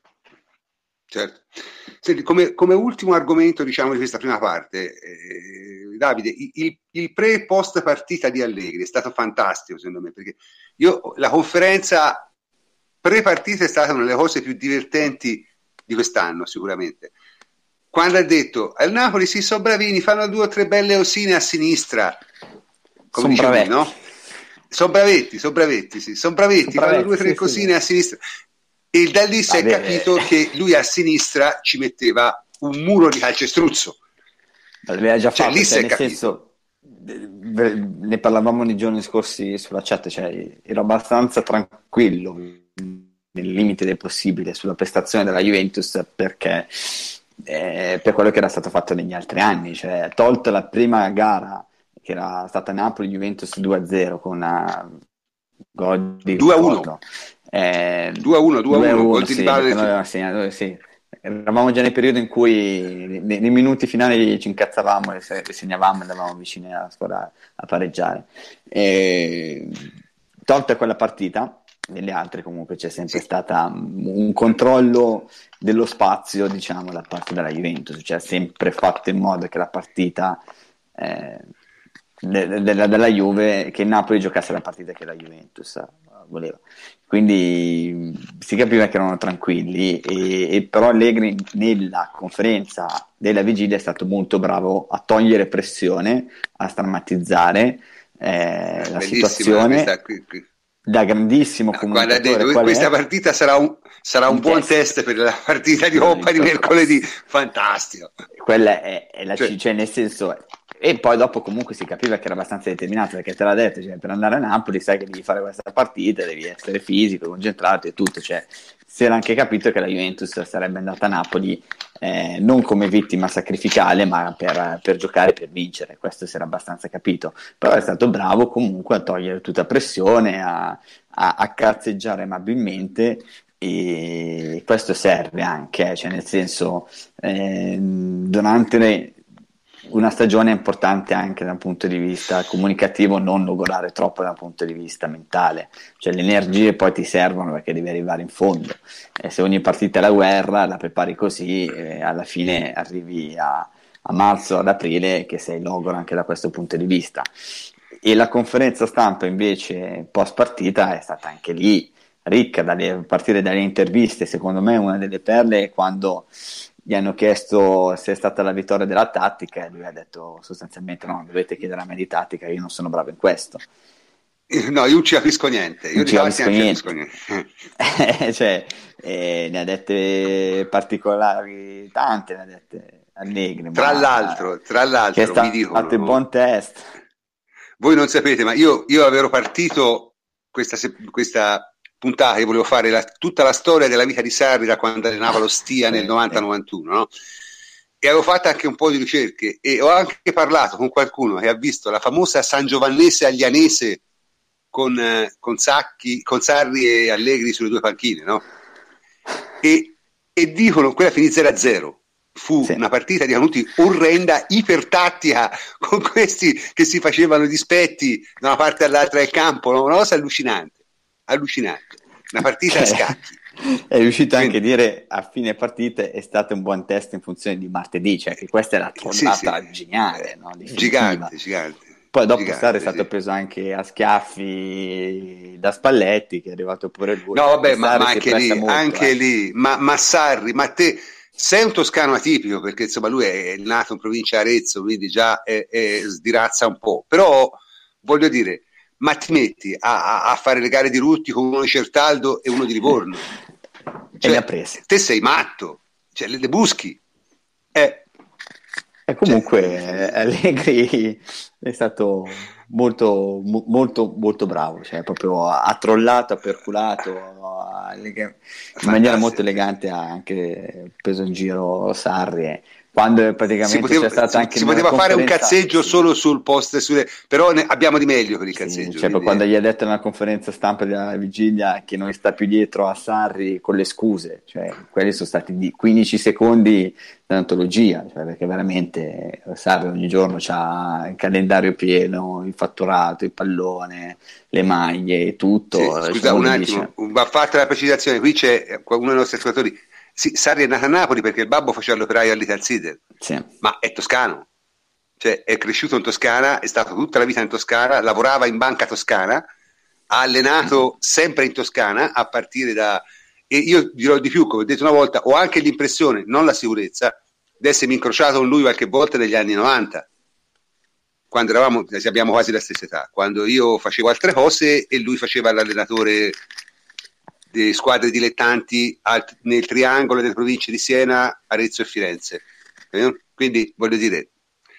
Certo. Senti, come ultimo argomento, diciamo, di questa prima parte, Davide, il pre e post partita di Allegri è stato fantastico, secondo me, perché la conferenza pre partita è stata una delle cose più divertenti di quest'anno, sicuramente. Quando ha detto al Napoli sì, sono bravini, fanno 2 o 3 belle osine a sinistra, come dicevi, no? Sono bravetti, sì, sono bravetti, fanno 2 o 3 cosine a sinistra. E da lì si è capito che lui a sinistra ci metteva un muro di calcestruzzo. L'aveva già fatto, lì si è capito. Senso, ne parlavamo nei giorni scorsi sulla chat, cioè ero abbastanza tranquillo nel limite del possibile sulla prestazione della Juventus, perché per quello che era stato fatto negli altri anni, cioè tolta la prima gara che era stata Napoli-Juventus 2-0 con una gol di 2-1 gol di Dybala, sì. Eravamo già nel periodo in cui nei minuti finali ci incazzavamo e segnavamo e andavamo vicini alla squadra a pareggiare. Tolta quella partita, nelle altre comunque c'è sempre stata un controllo dello spazio, diciamo, da parte della Juventus, cioè ha sempre fatto in modo che la partita della Juve, che il Napoli giocasse la partita che la Juventus voleva, quindi si capiva che erano tranquilli, e però Allegri nella conferenza della vigilia è stato molto bravo a togliere pressione, a strammatizzare la situazione da grandissimo comunicatore. Questa partita sarà un buon test per la partita di Coppa di mercoledì, fantastico. Quella è la cioè nel senso, E poi dopo comunque si capiva che era abbastanza determinato, perché te l'ha detto, cioè, per andare a Napoli sai che devi fare questa partita, devi essere fisico, concentrato e tutto, cioè si era anche capito che la Juventus sarebbe andata a Napoli non come vittima sacrificale, ma per giocare, per vincere. Questo si era abbastanza capito, però è stato bravo comunque a togliere tutta pressione, a cazzeggiare amabilmente, e questo serve anche, cioè nel senso durante una stagione è importante anche dal punto di vista comunicativo non logorare troppo dal punto di vista mentale, cioè le energie poi ti servono perché devi arrivare in fondo, e se ogni partita è la guerra la prepari così, alla fine arrivi a marzo, ad aprile che sei logoro anche da questo punto di vista. E la conferenza stampa invece post partita è stata anche lì ricca, a partire dalle interviste. Secondo me una delle perle è quando gli hanno chiesto se è stata la vittoria della tattica e lui ha detto sostanzialmente no, dovete chiedere a me di tattica, io non sono bravo in questo. No, io non ci capisco niente. Io capisco niente. Cioè, ne ha dette particolari tante, ne ha dette Allegri. Tra l'altro che è stato un buon test. Voi non sapete, ma io avevo partito questa puntata, io volevo fare tutta la storia della vita di Sarri da quando allenava lo Stia nel 90-91, no? E avevo fatto anche un po' di ricerche e ho anche parlato con qualcuno che ha visto la famosa San Giovannese Aglianese con Sacchi, con Sarri e Allegri sulle due panchine, no? E dicono quella finì 0-0. Fu una partita di Canuti orrenda, ipertattica, con questi che si facevano dispetti da una parte all'altra del campo, no? Una cosa allucinante, una partita a scacchi. È riuscito anche a dire a fine partita è stato un buon test in funzione di martedì, cioè che questa è la tronata geniale, no? Gigante. Poi dopo Sarri è stato preso anche a schiaffi da Spalletti, che è arrivato pure lui. No vabbè, ma anche lì, ma Sarri, ma te sei un toscano atipico, perché insomma lui è nato in provincia di Arezzo, quindi già sdirazza un po', però voglio dire, ma ti metti a fare le gare di Rutti con uno di Certaldo e uno di Livorno, cioè, e le ha prese. Te sei matto, cioè le buschi. E comunque Allegri è stato molto bravo, cioè proprio ha trollato, ha perculato, in maniera molto elegante, ha anche preso in giro Sarri, quando praticamente c'è stata anche si poteva fare un cazzeggio solo sul post, però abbiamo di meglio per il cazzeggio. Cioè, quando gli ha detto nella conferenza stampa della vigilia che non sta più dietro a Sarri con le scuse, cioè quelli sono stati 15 secondi d'antologia, cioè, perché veramente Sarri ogni giorno c'ha il calendario pieno, il fatturato, il pallone, le maglie, tutto. Sì, scusa un attimo, va fatta la precisazione, qui c'è uno dei nostri ascoltatori. Sì, Sarri è nato a Napoli perché il babbo faceva l'operaio all'Italsider, ma è toscano, cioè è cresciuto in Toscana, è stato tutta la vita in Toscana, lavorava in banca toscana, ha allenato sempre in Toscana a partire da... E io dirò di più, come ho detto una volta, ho anche l'impressione, non la sicurezza, di essermi incrociato con lui qualche volta negli anni 90, quando abbiamo quasi la stessa età, quando io facevo altre cose e lui faceva l'allenatore di squadre dilettanti nel triangolo delle province di Siena, Arezzo e Firenze. Quindi voglio dire,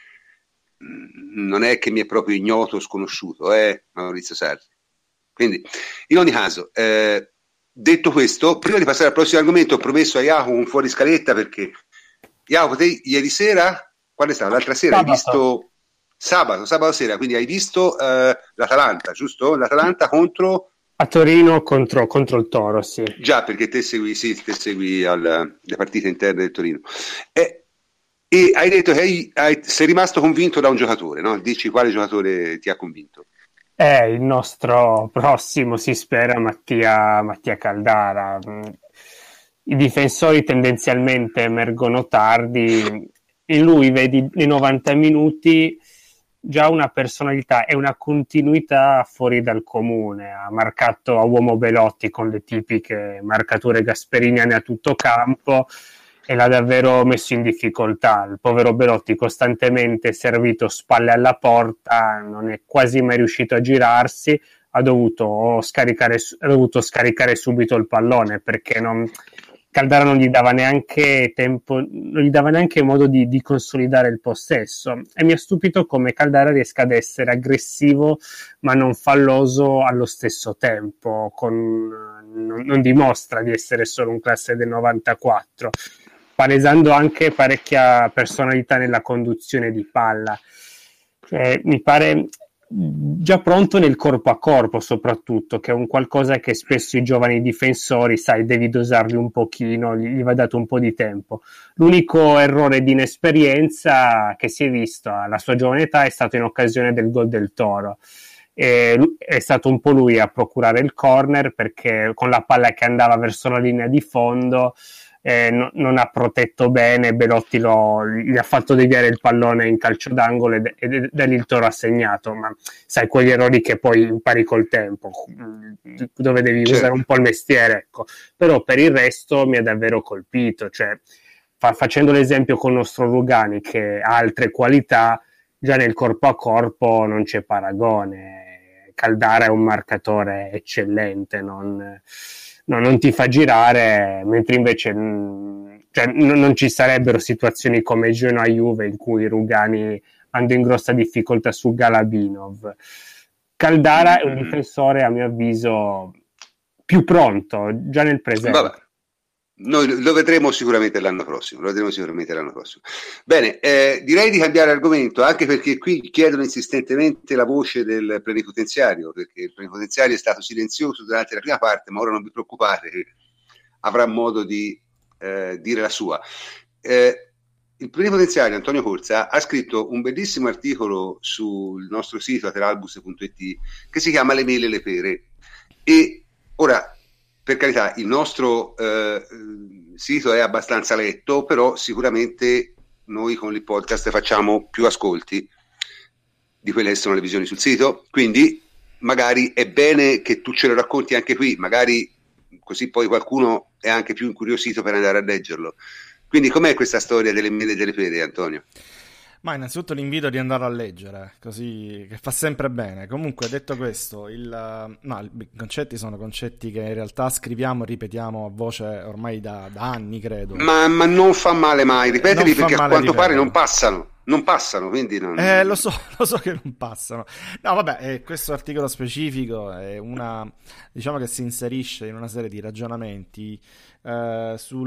non è che mi è proprio ignoto o sconosciuto, Maurizio Sarri. Quindi, in ogni caso, detto questo, prima di passare al prossimo argomento, ho promesso a Jacopo un fuori scaletta, perché Jacopo, te ieri sera, quando è stato? L'altra sera hai visto sabato sera, quindi hai visto l'Atalanta, giusto? L'Atalanta contro... A Torino contro il Toro, sì. Già, perché te segui le partite interne del Torino. E hai detto che sei rimasto convinto da un giocatore, no? Dici quale giocatore ti ha convinto? Il nostro prossimo, si spera, Mattia Caldara. I difensori tendenzialmente emergono tardi, in lui vedi nei 90 minuti già una personalità e una continuità fuori dal comune. Ha marcato a uomo Belotti con le tipiche marcature gasperiniane a tutto campo e l'ha davvero messo in difficoltà. Il povero Belotti, costantemente servito spalle alla porta, non è quasi mai riuscito a girarsi, ha dovuto scaricare subito il pallone, perché Caldara non gli dava neanche tempo, non gli dava neanche modo di consolidare il possesso, e mi ha stupito come Caldara riesca ad essere aggressivo ma non falloso allo stesso tempo, non dimostra di essere solo un classe del 94, palesando anche parecchia personalità nella conduzione di palla. Mi pare già pronto nel corpo a corpo, soprattutto, che è un qualcosa che spesso i giovani difensori, sai, devi dosarli un pochino, gli va dato un po' di tempo. L'unico errore di inesperienza che si è visto alla sua giovane età è stato in occasione del gol del Toro. È stato un po' lui a procurare il corner, perché con la palla che andava verso la linea di fondo non ha protetto bene. Belotti gli ha fatto deviare il pallone in calcio d'angolo e da lì il Toro ha segnato. Ma sai, quegli errori che poi impari col tempo, dove devi usare un po' il mestiere, ecco. Però per il resto mi ha davvero colpito, cioè, facendo l'esempio con il nostro Rugani, che ha altre qualità, già nel corpo a corpo non c'è paragone. Caldara è un marcatore eccellente, non ti fa girare, mentre invece non ci sarebbero situazioni come Genoa-Juve in cui Rugani andò in grossa difficoltà su Galabinov. Caldara è un difensore, a mio avviso, più pronto già nel presente. Vabbè. Noi lo vedremo sicuramente l'anno prossimo. Bene, direi di cambiare argomento, anche perché qui chiedono insistentemente la voce del plenipotenziario, perché il plenipotenziario è stato silenzioso durante la prima parte, ma ora non vi preoccupate, avrà modo di dire la sua. Il plenipotenziario Antonio Corsa ha scritto un bellissimo articolo sul nostro sito ateralbus.it che si chiama Le mele e le pere, e ora, per carità, il nostro sito è abbastanza letto, però sicuramente noi con il podcast facciamo più ascolti di quelle che sono le visioni sul sito, quindi magari è bene che tu ce lo racconti anche qui, magari così poi qualcuno è anche più incuriosito per andare a leggerlo. Quindi com'è questa storia delle mele e delle pere, Antonio? Ma innanzitutto l'invito di andare a leggere, così, che fa sempre bene. Comunque, detto questo, i concetti sono concetti che in realtà scriviamo e ripetiamo a voce ormai da anni, credo. Ma non fa male mai, ripeteli, perché a quanto pare non passano, quindi non... lo so che non passano. No, vabbè, questo articolo specifico è diciamo che si inserisce in una serie di ragionamenti su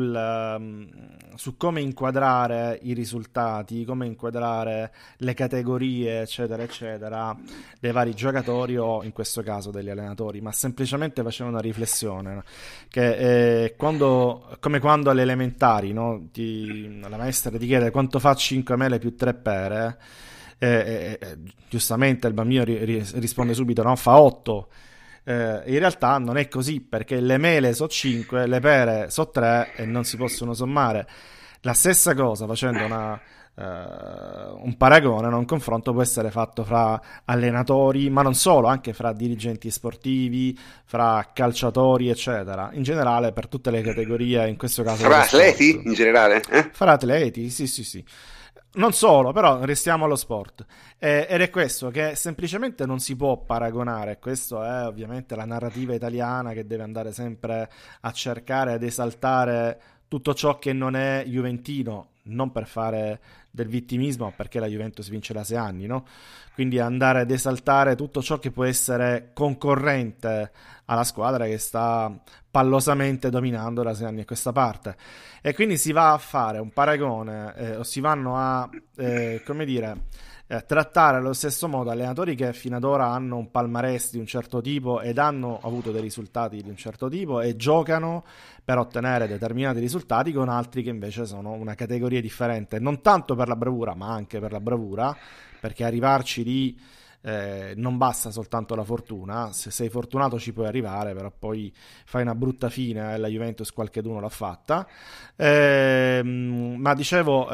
come inquadrare i risultati, come inquadrare le categorie, eccetera, eccetera, dei vari giocatori o in questo caso degli allenatori, ma semplicemente faceva una riflessione, che come quando alle elementari, no? La maestra ti chiede quanto fa 5 mele più 3 pere, giustamente il bambino risponde subito, no, fa 8. In realtà non è così, perché le mele so 5, le pere so 3 e non si possono sommare. La stessa cosa, facendo un paragone, un confronto può essere fatto fra allenatori, ma non solo, anche fra dirigenti sportivi, fra calciatori, eccetera, in generale per tutte le categorie, in questo caso fra atleti in generale? Fra atleti, sì. Non solo, però restiamo allo sport, ed è questo che semplicemente non si può paragonare. Questo è ovviamente la narrativa italiana, che deve andare sempre a cercare ed esaltare tutto ciò che non è juventino, non per fare del vittimismo, ma perché la Juventus vince da 6 anni, no? Quindi andare ad esaltare tutto ciò che può essere concorrente alla squadra che sta pallosamente dominando da 6 anni a questa parte, e quindi si va a fare un paragone, o si vanno a trattare allo stesso modo allenatori che fino ad ora hanno un palmarès di un certo tipo ed hanno avuto dei risultati di un certo tipo e giocano per ottenere determinati risultati, con altri che invece sono una categoria differente, non tanto per la bravura ma anche per la bravura, perché arrivarci lì non basta soltanto la fortuna. Se sei fortunato ci puoi arrivare, però poi fai una brutta fine, la Juventus qualcheduno l'ha fatta, ma dicevo,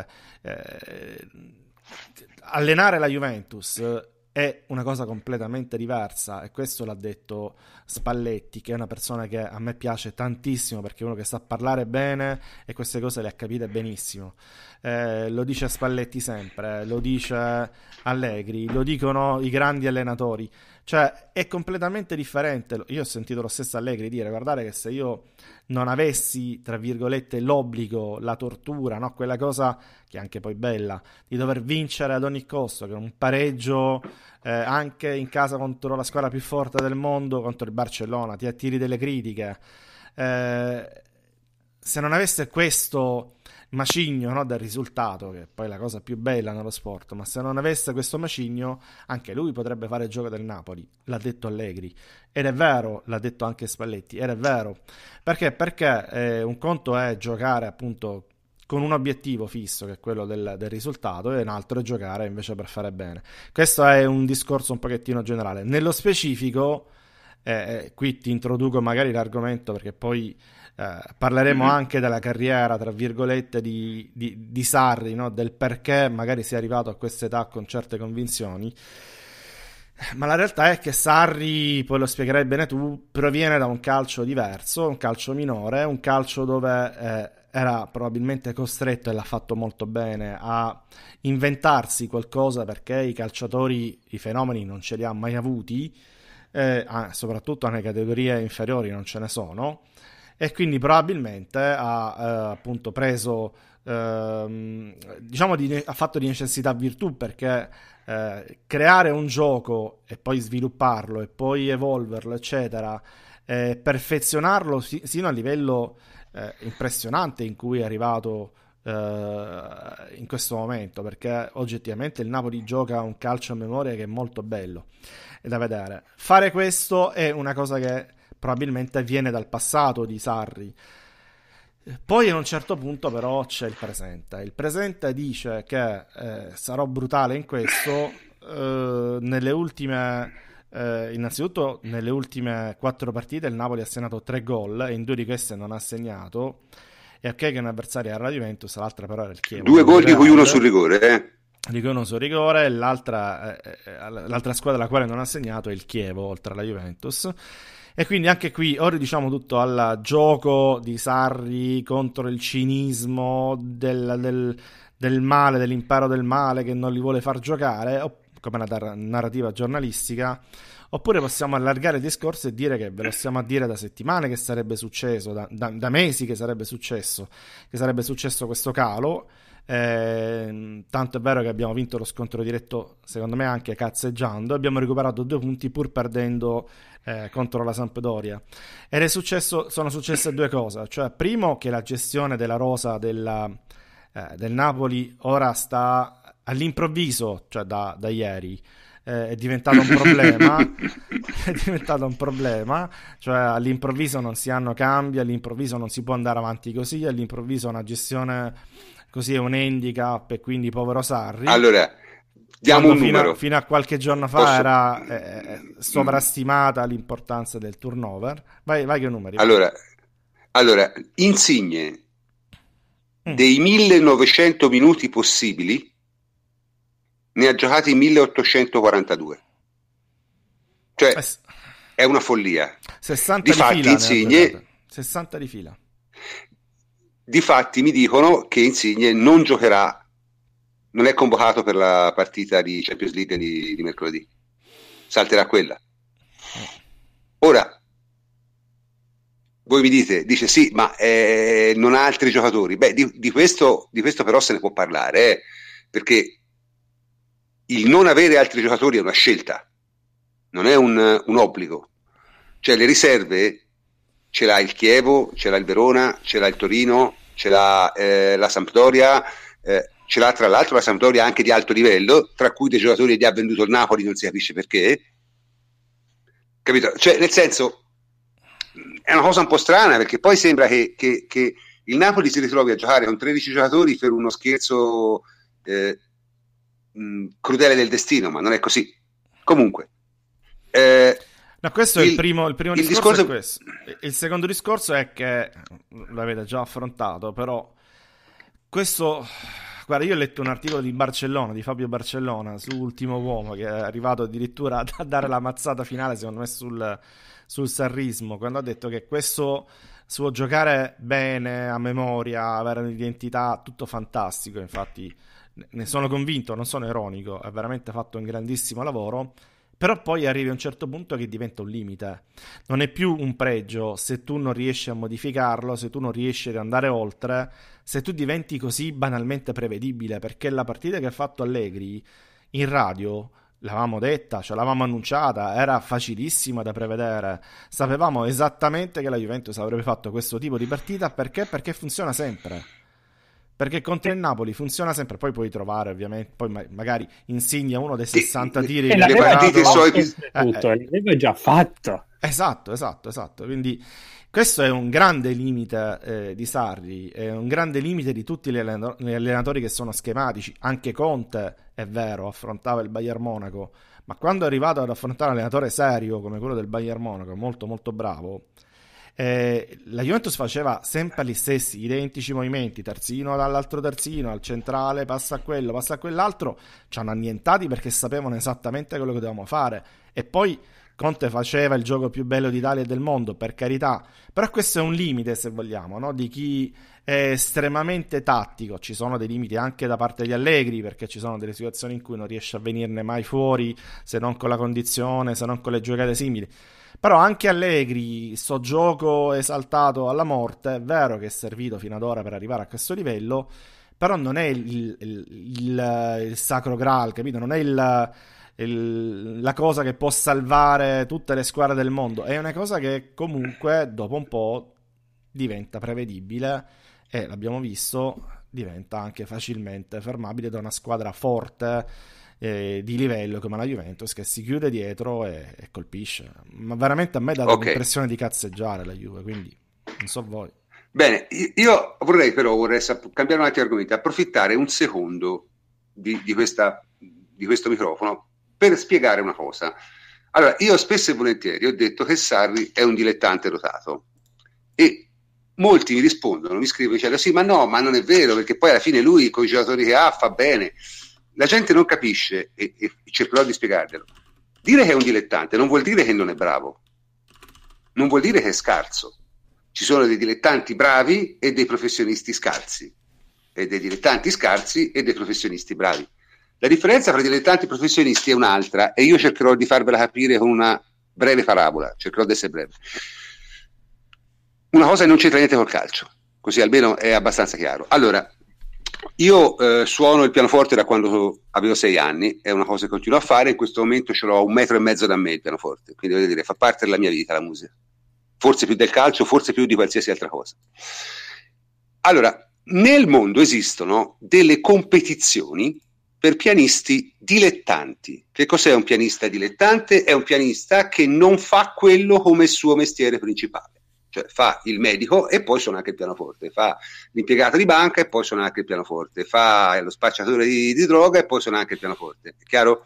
allenare la Juventus è una cosa completamente diversa, e questo l'ha detto Spalletti, che è una persona che a me piace tantissimo, perché è uno che sa parlare bene e queste cose le ha capite benissimo. Lo dice Spalletti sempre, lo dice Allegri, lo dicono i grandi allenatori. Cioè, è completamente differente. Io ho sentito lo stesso Allegri dire, guardate che se io non avessi, tra virgolette, l'obbligo, la tortura, no? Quella cosa che è anche poi bella, di dover vincere ad ogni costo, che un pareggio anche in casa contro la squadra più forte del mondo, contro il Barcellona, ti attiri delle critiche. Se non avesse questo macigno, no, del risultato, che è poi la cosa più bella nello sport, ma se non avesse questo macigno, anche lui potrebbe fare il gioco del Napoli, l'ha detto Allegri, ed è vero, l'ha detto anche Spalletti, ed è vero, perché un conto è giocare appunto con un obiettivo fisso, che è quello del risultato, e un altro è giocare invece per fare bene. Questo è un discorso un pochettino generale. Nello specifico, qui ti introduco magari l'argomento, perché poi parleremo anche della carriera, tra virgolette, di Sarri, no? Del perché magari sia arrivato a questa età con certe convinzioni. Ma la realtà è che Sarri, poi lo spiegherai bene tu, proviene da un calcio diverso, un calcio minore, un calcio dove era probabilmente costretto, e l'ha fatto molto bene, a inventarsi qualcosa, perché i calciatori, i fenomeni non ce li ha mai avuti, soprattutto nelle categorie inferiori non ce ne sono. E quindi probabilmente ha appunto preso, diciamo, ha fatto di necessità virtù, perché creare un gioco e poi svilupparlo e poi evolverlo, eccetera, perfezionarlo sino a livello impressionante in cui è arrivato in questo momento, perché oggettivamente il Napoli gioca un calcio a memoria che è molto bello e da vedere. Fare questo è una cosa che probabilmente viene dal passato di Sarri. Poi a un certo punto però c'è il presente. Il presente dice che sarò brutale in questo. Nelle ultime, innanzitutto nelle ultime 4 partite il Napoli ha segnato 3 gol e in 2 di queste non ha segnato. E ok che un avversario era la Juventus, l'altra però era il Chievo. 2 gol di cui uno sul rigore, Di cui uno sul rigore, l'altra squadra alla quale non ha segnato è il Chievo, oltre alla Juventus. E quindi anche qui ora diciamo tutto al gioco di Sarri contro il cinismo del male, dell'impero del male che non li vuole far giocare, come una narrativa giornalistica. Oppure possiamo allargare il discorso e dire che ve lo stiamo a dire da settimane che sarebbe successo, da mesi che sarebbe successo questo calo. Tanto è vero che abbiamo vinto lo scontro diretto, secondo me anche cazzeggiando, abbiamo recuperato 2 punti pur perdendo contro la Sampdoria, ed sono successe 2 cose, cioè primo che la gestione della rosa del Napoli ora sta all'improvviso, cioè da ieri è diventato un problema. È diventato un problema, cioè all'improvviso non si hanno cambi, all'improvviso non si può andare avanti così, all'improvviso una gestione così è un handicap, e quindi povero Sarri. Allora, diamo un numero. Fino a qualche giorno fa era sovrastimata l'importanza del turnover. Vai che numeri. Allora, Insigne dei 1900 minuti possibili ne ha giocati 1842. Cioè è una follia. 60 Difatti, di fila Insigne 60 di fila. Difatti mi dicono che Insigne non giocherà, non è convocato per la partita di Champions League di mercoledì, salterà quella. Ora voi mi dice sì, ma non ha altri giocatori. Beh, di questo però se ne può parlare, perché il non avere altri giocatori è una scelta, non è un obbligo. Cioè le riserve ce l'ha il Chievo, ce l'ha il Verona, ce l'ha il Torino, ce l'ha la Sampdoria, ce l'ha tra l'altro la Sampdoria anche di alto livello, tra cui dei giocatori che ha venduto il Napoli, non si capisce perché. Capito? Cioè, nel senso, è una cosa un po' strana, perché poi sembra che il Napoli si ritrovi a giocare con 13 giocatori per uno scherzo crudele del destino, ma non è così. Comunque, no, questo è il primo discorso è questo. Il secondo discorso è che l'avete già affrontato, però questo, guarda, io ho letto un articolo di Barcellona, di Fabio Barcellona, su Ultimo Uomo, che è arrivato addirittura a dare la mazzata finale, secondo me, sul sarrismo, quando ha detto che questo suo giocare bene, a memoria, avere un'identità, tutto fantastico. Infatti ne sono convinto, non sono ironico, ha veramente fatto un grandissimo lavoro, Però poi arrivi a un certo punto che diventa un limite. Non è più un pregio se tu non riesci a modificarlo, se tu non riesci ad andare oltre, se tu diventi così banalmente prevedibile, perché la partita che ha fatto Allegri in radio l'avevamo detta, ce l'avevamo annunciata, era facilissima da prevedere. Sapevamo esattamente che la Juventus avrebbe fatto questo tipo di partita, perché funziona sempre. Perché contro il Napoli funziona sempre, poi puoi trovare ovviamente, poi magari Insigne uno dei 60 tiri e che le partite l'aveva già fatto. Esatto, quindi questo è un grande limite di Sarri, è un grande limite di tutti gli allenatori che sono schematici. Anche Conte, è vero, affrontava il Bayern Monaco, ma quando è arrivato ad affrontare un allenatore serio come quello del Bayern Monaco, molto molto bravo, la Juventus faceva sempre gli stessi identici movimenti, terzino dall'altro terzino al centrale, passa a quello, passa a quell'altro, ci hanno annientati perché sapevano esattamente quello che dovevamo fare. E poi Conte faceva il gioco più bello d'Italia e del mondo, per carità, però questo è un limite, se vogliamo, no? Di chi è estremamente tattico. Ci sono dei limiti anche da parte di Allegri, perché ci sono delle situazioni in cui non riesce a venirne mai fuori, se non con la condizione, se non con le giocate simili. Però anche Allegri, sto gioco esaltato alla morte, è vero che è servito fino ad ora per arrivare a questo livello, però non è il sacro graal, capito? Non è la cosa che può salvare tutte le squadre del mondo. È una cosa che comunque dopo un po' diventa prevedibile e, l'abbiamo visto, diventa anche facilmente fermabile da una squadra forte di livello come la Juventus, che si chiude dietro e colpisce. Ma veramente a me dà l'impressione di cazzeggiare la Juve, quindi non so voi. Bene, io vorrei cambiare un altro argomento, approfittare un secondo di questo microfono per spiegare una cosa. Allora, io spesso e volentieri ho detto che Sarri è un dilettante dotato e molti mi rispondono, mi scrivono dicendo sì, ma no, ma non è vero, perché poi alla fine lui con i giocatori che ha fa bene. La gente non capisce e cercherò di spiegarglielo. Dire che è un dilettante non vuol dire che non è bravo, non vuol dire che è scarso. Ci sono dei dilettanti bravi e dei professionisti scarsi, e dei dilettanti scarsi e dei professionisti bravi. La differenza tra dilettanti e professionisti è un'altra, e io cercherò di farvela capire con una breve parabola, cercherò di essere breve. Una cosa che non c'entra niente col calcio, così almeno è abbastanza chiaro. Allora, io suono il pianoforte da quando avevo 6 anni, è una cosa che continuo a fare, in questo momento ce l'ho 1,5 metri da me il pianoforte, quindi voglio dire, fa parte della mia vita la musica, forse più del calcio, forse più di qualsiasi altra cosa. Allora, nel mondo esistono delle competizioni per pianisti dilettanti. Che cos'è un pianista dilettante? È un pianista che non fa quello come suo mestiere principale. Cioè fa il medico e poi suona anche il pianoforte, fa l'impiegato di banca e poi suona anche il pianoforte, fa lo spacciatore di droga e poi suona anche il pianoforte, è chiaro?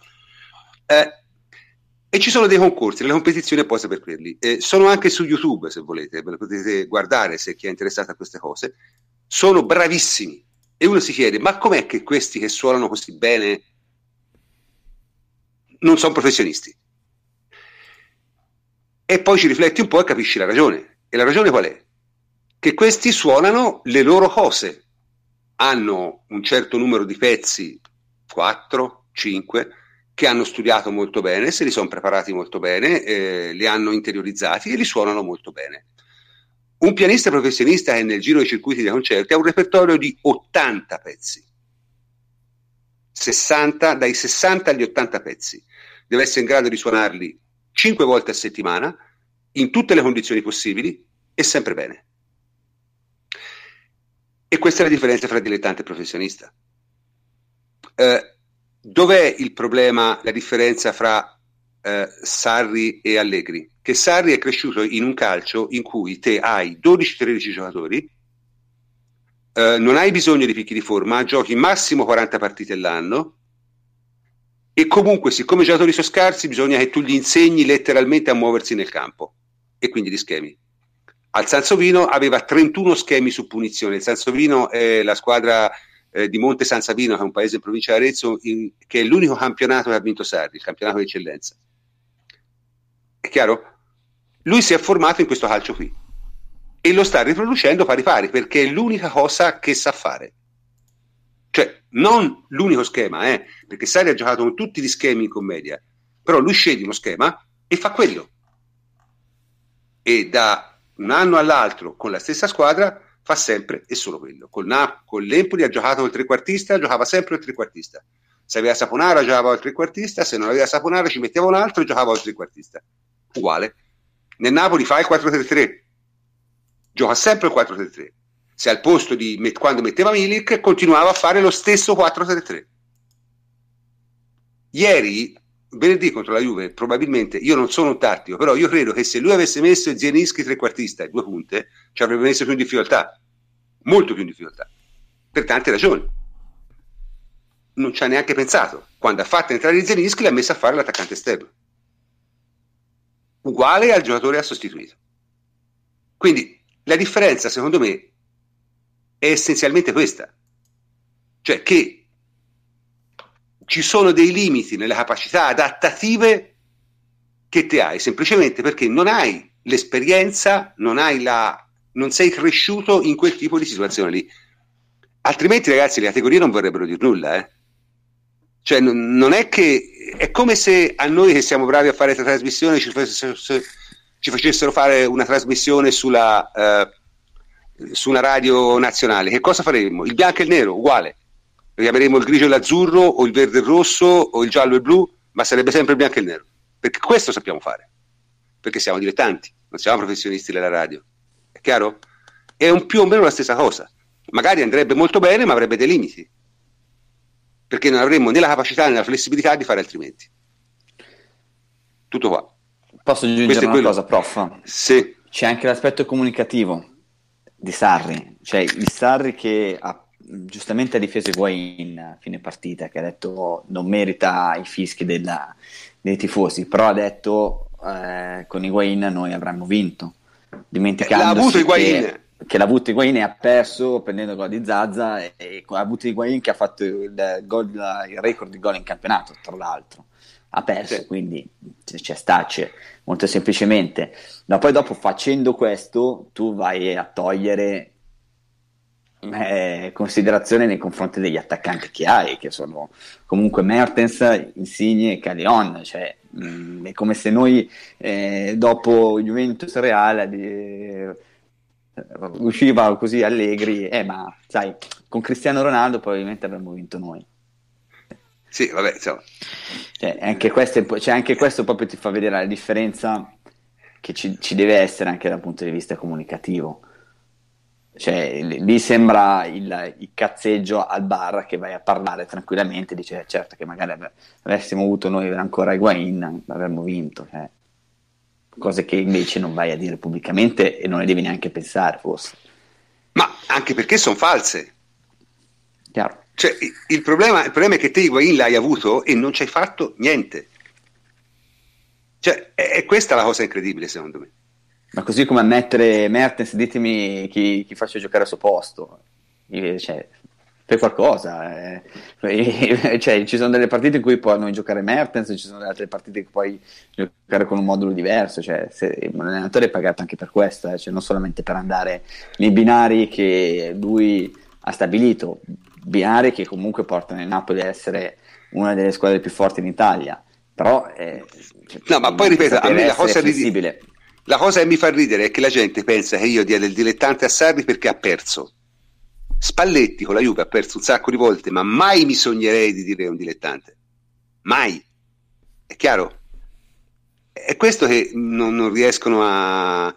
E ci sono dei concorsi, delle competizioni apposta per quelli. Sono anche su YouTube, se volete, ve lo potete guardare se chi è interessato a queste cose. Sono bravissimi. E uno si chiede, ma com'è che questi che suonano così bene non sono professionisti? E poi ci rifletti un po' e capisci la ragione. E la ragione qual è? Che questi suonano le loro cose, hanno un certo numero di pezzi, 4, 5, che hanno studiato molto bene, se li sono preparati molto bene, li hanno interiorizzati e li suonano molto bene. Un pianista professionista che nel giro dei circuiti dei concerti ha un repertorio di 80 pezzi, 60, dai 60 agli 80 pezzi, deve essere in grado di suonarli 5 volte a settimana, in tutte le condizioni possibili e sempre bene. E questa è la differenza fra dilettante e professionista. Dov'è il problema, la differenza fra Sarri e Allegri? Che Sarri è cresciuto in un calcio in cui te hai 12-13 giocatori, non hai bisogno di picchi di forma, giochi massimo 40 partite all'anno e comunque, siccome i giocatori sono scarsi, bisogna che tu gli insegni letteralmente a muoversi nel campo, e quindi gli schemi. Al Sansovino aveva 31 schemi su punizione. Il Sansovino è la squadra di Monte San Savino, che è un paese in provincia di Arezzo, che è l'unico campionato che ha vinto Sarri, il campionato di eccellenza. È chiaro? Lui si è formato in questo calcio qui e lo sta riproducendo pari pari, perché è l'unica cosa che sa fare. Cioè, non l'unico schema, perché Sarri ha giocato con tutti gli schemi in commedia, però lui sceglie uno schema e fa quello, e da un anno all'altro con la stessa squadra fa sempre e solo quello. Con l'Empoli ha giocato il trequartista, giocava sempre il trequartista. Se aveva Saponara giocava il trequartista, se non aveva Saponara ci metteva un altro e giocava il trequartista. Uguale. Nel Napoli fa il 4-3-3, gioca sempre il 4-3-3. Se al posto di quando metteva Milik continuava a fare lo stesso 4-3-3. Ieri, venerdì contro la Juve, probabilmente, io non sono un tattico, però io credo che se lui avesse messo Zielinski trequartista e 2 punte, ci avrebbe messo più in difficoltà, molto più in difficoltà, per tante ragioni. Non ci ha neanche pensato. Quando ha fatto entrare Zielinski l'ha messo a fare l'attaccante esterno, uguale al giocatore ha sostituito. Quindi la differenza, secondo me, è essenzialmente questa, cioè che ci sono dei limiti nelle capacità adattative che te hai, semplicemente perché non hai l'esperienza, non sei cresciuto in quel tipo di situazione lì. Altrimenti, ragazzi, le categorie non vorrebbero dire nulla, Cioè, non è che è come se a noi che siamo bravi a fare trasmissioni ci facessero fare una trasmissione su una radio nazionale. Che cosa faremmo? Il bianco e il nero, uguale. Lo chiameremo il grigio e l'azzurro, o il verde e il rosso, o il giallo e il blu, ma sarebbe sempre il bianco e il nero, perché questo sappiamo fare, perché siamo dilettanti, non siamo professionisti della radio, è chiaro? È più o meno la stessa cosa, magari andrebbe molto bene, ma avrebbe dei limiti, perché non avremmo né la capacità né la flessibilità di fare altrimenti. Tutto qua. Posso aggiungere una cosa, prof? Sì. C'è anche l'aspetto comunicativo di Sarri, cioè il Sarri che giustamente ha difeso Higuain a fine partita, che ha detto non merita i fischi dei tifosi, però ha detto con Higuain noi avremmo vinto, dimenticandosi che l'ha avuto Higuain e ha perso prendendo il gol di Zaza, e ha avuto Higuain che ha fatto il record di gol in campionato, tra l'altro ha perso, sì. Quindi c'è molto semplicemente, ma poi dopo facendo questo tu vai a togliere considerazione nei confronti degli attaccanti che hai, che sono comunque Mertens, Insigne e Callejon, cioè è come se noi dopo Juventus Real usciva così allegri, ma sai, con Cristiano Ronaldo probabilmente avremmo vinto noi. Sì, vabbè, insomma. Anche questo proprio ti fa vedere la differenza che ci deve essere anche dal punto di vista comunicativo. Cioè, lì sembra il cazzeggio al bar che vai a parlare tranquillamente, dice certo che magari avessimo avuto noi ancora Higuain avremmo vinto, cose che invece non vai a dire pubblicamente e non le devi neanche pensare, forse. Ma anche perché sono false. Chiaro. Cioè, il problema è che te Higuain l'hai avuto e non ci hai fatto niente. Cioè, è questa la cosa incredibile, secondo me. Ma così come ammettere Mertens, ditemi chi faccio giocare al suo posto, cioè, fai qualcosa, cioè, ci sono delle partite in cui può giocare Mertens, ci sono delle altre partite che puoi giocare con un modulo diverso, cioè, un allenatore è pagato anche per questo, cioè, non solamente per andare nei binari che lui ha stabilito, binari che comunque portano il Napoli a essere una delle squadre più forti in Italia, però no, ma poi ripeto, a me la cosa che mi fa ridere è che la gente pensa che io dia del dilettante a Sarri perché ha perso. Spalletti con la Juve ha perso un sacco di volte, ma mai mi sognerei di dire un dilettante, mai, è chiaro? È questo che non riescono a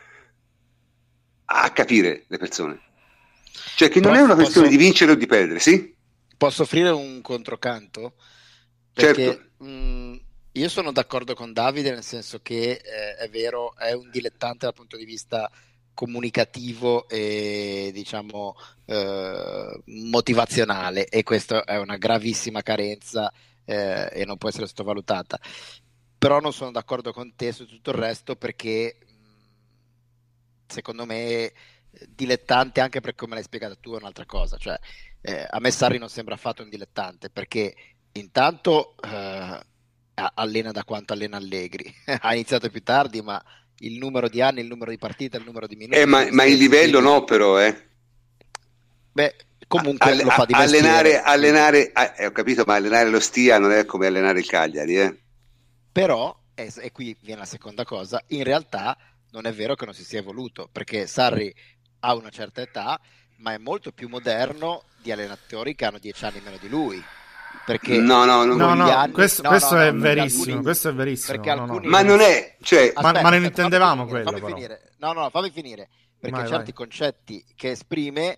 capire le persone, cioè che non è una questione di vincere o di perdere. Sì? Posso offrire un controcanto? Perché, certo. Io sono d'accordo con Davide, nel senso che è vero, è un dilettante dal punto di vista comunicativo e diciamo motivazionale, e questa è una gravissima carenza e non può essere sottovalutata. Però non sono d'accordo con te su tutto il resto, perché secondo me dilettante, anche per come l'hai spiegata tu, è un'altra cosa. Cioè, a me Sarri non sembra affatto un dilettante, perché intanto allena da quanto allena Allegri ha iniziato più tardi, ma il numero di anni, il numero di partite, il numero di minuti, ma il livello no, però beh, comunque lo fa di mestiere. Allenare ho capito, ma allenare lo Stia non è come allenare il Cagliari, Però, e qui viene la seconda cosa, in realtà non è vero che non si sia evoluto, perché Sarri ha una certa età, ma è molto più moderno di allenatori che hanno 10 anni meno di lui. Perché questo è verissimo, questo è verissimo. Perché alcuni, ma non è, cioè, ma non intendevamo quello, fammi però. finire. Fammi finire, perché vai, certi concetti che esprime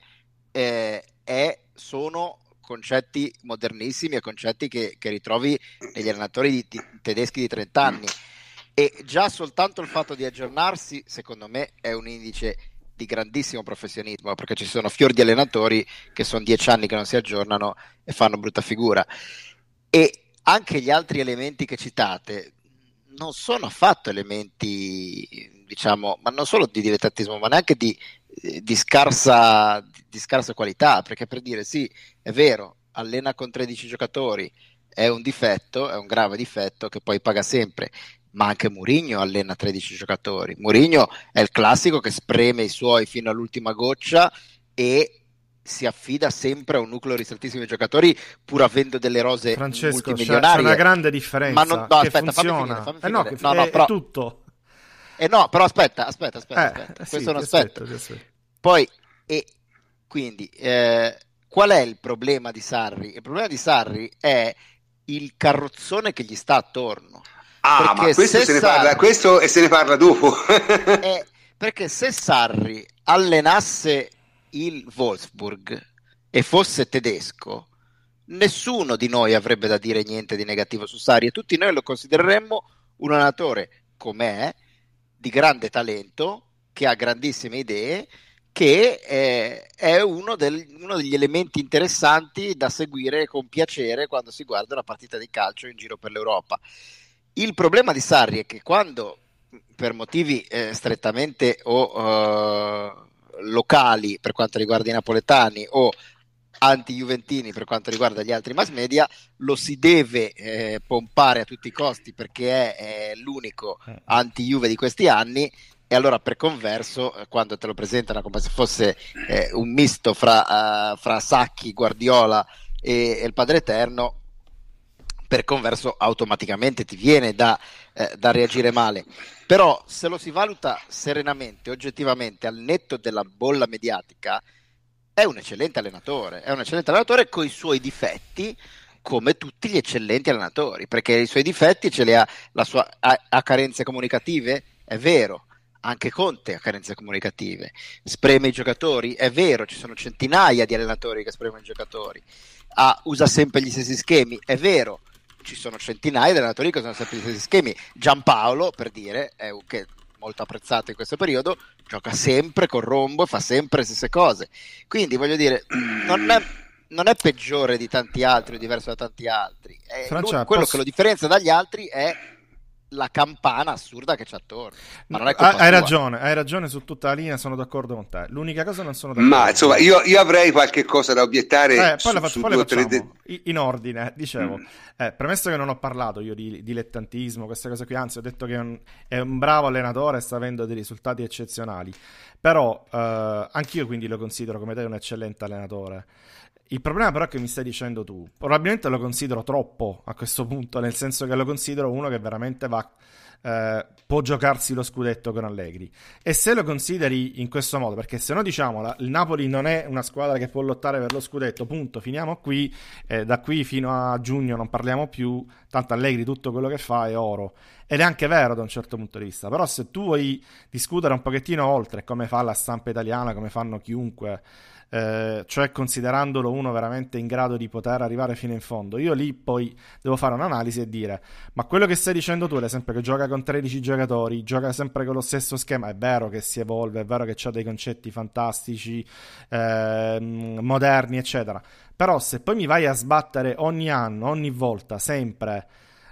sono concetti modernissimi e concetti che ritrovi negli allenatori tedeschi di 30 anni, e già soltanto il fatto di aggiornarsi, secondo me, è un indice di grandissimo professionismo, perché ci sono fior di allenatori che sono 10 anni che non si aggiornano e fanno brutta figura. E anche gli altri elementi che citate non sono affatto elementi, diciamo, ma non solo di dilettantismo, ma neanche di scarsa qualità, perché, per dire, sì, è vero, allena con 13 giocatori, è un difetto, è un grave difetto che poi paga sempre, ma anche Mourinho allena 13 giocatori. Mourinho è il classico che spreme i suoi fino all'ultima goccia e si affida sempre a un nucleo ristrettissimo di giocatori, pur avendo delle rose multimilionarie. C'è una grande differenza, ma che aspetta, funziona. Fammi finire. È tutto. No, però aspetta. Questo è un aspetto. Poi, quindi, qual è il problema di Sarri? Il problema di Sarri è il carrozzone che gli sta attorno. Ma questo se ne parla dopo. Perché se Sarri allenasse il Wolfsburg e fosse tedesco, nessuno di noi avrebbe da dire niente di negativo su Sarri, e tutti noi lo considereremmo un allenatore com'è, di grande talento, che ha grandissime idee, che è uno degli elementi interessanti da seguire con piacere quando si guarda una partita di calcio in giro per l'Europa. Il problema di Sarri è che quando, per motivi strettamente locali per quanto riguarda i napoletani o anti-juventini per quanto riguarda gli altri mass media, lo si deve pompare a tutti i costi perché è l'unico anti-Juve di questi anni, e allora, per converso, quando te lo presentano come se fosse un misto fra Sacchi, Guardiola e il Padre Eterno, per converso automaticamente ti viene da reagire male. Però se lo si valuta serenamente, oggettivamente, al netto della bolla mediatica, è un eccellente allenatore con i suoi difetti, come tutti gli eccellenti allenatori, perché i suoi difetti ce li ha, ha carenze comunicative, è vero. Anche Conte ha carenze comunicative, spreme i giocatori, è vero, ci sono centinaia di allenatori che spremono i giocatori, usa sempre gli stessi schemi, è vero, ci sono centinaia di allenatori che usano sempre gli stessi schemi. Giampaolo, per dire, che è molto apprezzato in questo periodo, gioca sempre con rombo e fa sempre le stesse cose, quindi voglio dire, non è peggiore di tanti altri o diverso da tanti altri. Quello che lo differenzia dagli altri è la campana assurda che c'è attorno. Ma non è colpa hai sua. ragione su tutta la linea, sono d'accordo con te. L'unica cosa non sono d'accordo. Ma insomma, io avrei qualche cosa da obiettare poi le facciamo in ordine. Dicevo, premesso che non ho parlato io di dilettantismo, queste cose qui, anzi ho detto che è un bravo allenatore e sta avendo dei risultati eccezionali, però anch'io quindi lo considero come te un eccellente allenatore. Il problema però è che mi stai dicendo tu, probabilmente lo considero troppo a questo punto, nel senso che lo considero uno che veramente può giocarsi lo scudetto con Allegri. E se lo consideri in questo modo, perché se no, diciamo, il Napoli non è una squadra che può lottare per lo scudetto, punto, finiamo qui, da qui fino a giugno non parliamo più, tanto Allegri tutto quello che fa è oro. Ed è anche vero da un certo punto di vista, però se tu vuoi discutere un pochettino oltre, come fa la stampa italiana, come fanno chiunque, cioè considerandolo uno veramente in grado di poter arrivare fino in fondo, io lì poi devo fare un'analisi e dire: ma quello che stai dicendo tu, ad esempio, che gioca con 13 giocatori, gioca sempre con lo stesso schema, è vero che si evolve, è vero che c'ha dei concetti fantastici, moderni eccetera, però se poi mi vai a sbattere ogni anno, ogni volta, sempre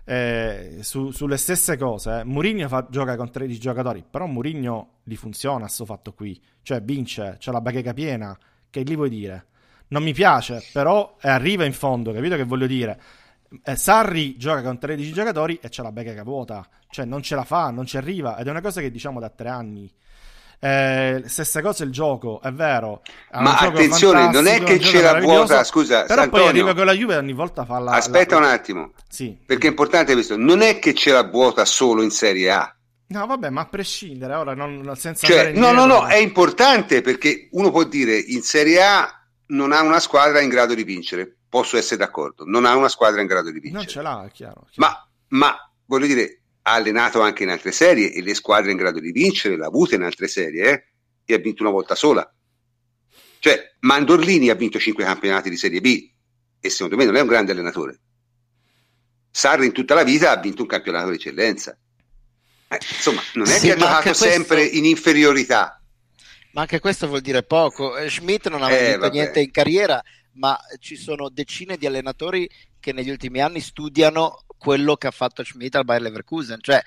sulle stesse cose, Mourinho gioca con 13 giocatori, però Mourinho gli funziona sto fatto qui, cioè vince, c'ha la bacheca piena. Che gli vuoi dire? Non mi piace, però arriva in fondo, capito che voglio dire? Sarri gioca con 13 giocatori e c'ha la bacheca vuota, cioè non ce la fa, non ci arriva, ed è una cosa che diciamo da 3 anni. Stessa cosa il gioco, è vero. Ma attenzione, non è che ce la vuota, scusa, però Antonio, poi arriva con la Juve ogni volta fa aspetta un attimo, sì. Perché è importante questo, non è che ce la vuota solo in Serie A. No, vabbè, ma a prescindere, ora senza cioè, andare no, è importante, perché uno può dire in Serie A non ha una squadra in grado di vincere, posso essere d'accordo, non ha una squadra in grado di vincere. Non ce l'ha, è chiaro. Ma voglio dire, ha allenato anche in altre serie e le squadre in grado di vincere l'ha avute in altre serie, e ha vinto una volta sola. Cioè, Mandorlini ha vinto 5 campionati di Serie B e secondo me non è un grande allenatore. Sarri in tutta la vita ha vinto un campionato di eccellenza. Insomma, non è che ha giocato sempre in inferiorità. Ma anche questo vuol dire poco. Schmidt non ha vinto niente in carriera, ma ci sono decine di allenatori che negli ultimi anni studiano quello che ha fatto Schmidt al Bayer Leverkusen. Cioè,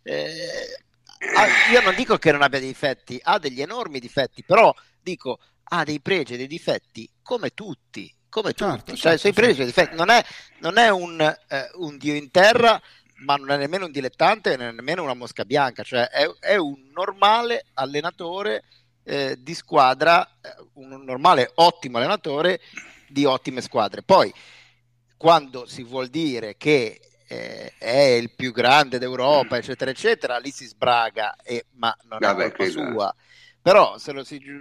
io non dico che non abbia dei difetti, ha degli enormi difetti, però dico ha dei pregi e dei difetti come tutti. Cioè, i pregi e i difetti. Non è un dio in terra, ma non è nemmeno un dilettante, non è nemmeno una mosca bianca, cioè è un normale allenatore di squadra, un normale ottimo allenatore di ottime squadre. Poi quando si vuol dire che è il più grande d'Europa, eccetera eccetera, lì si sbraga, ma non è colpa sua. Però se lo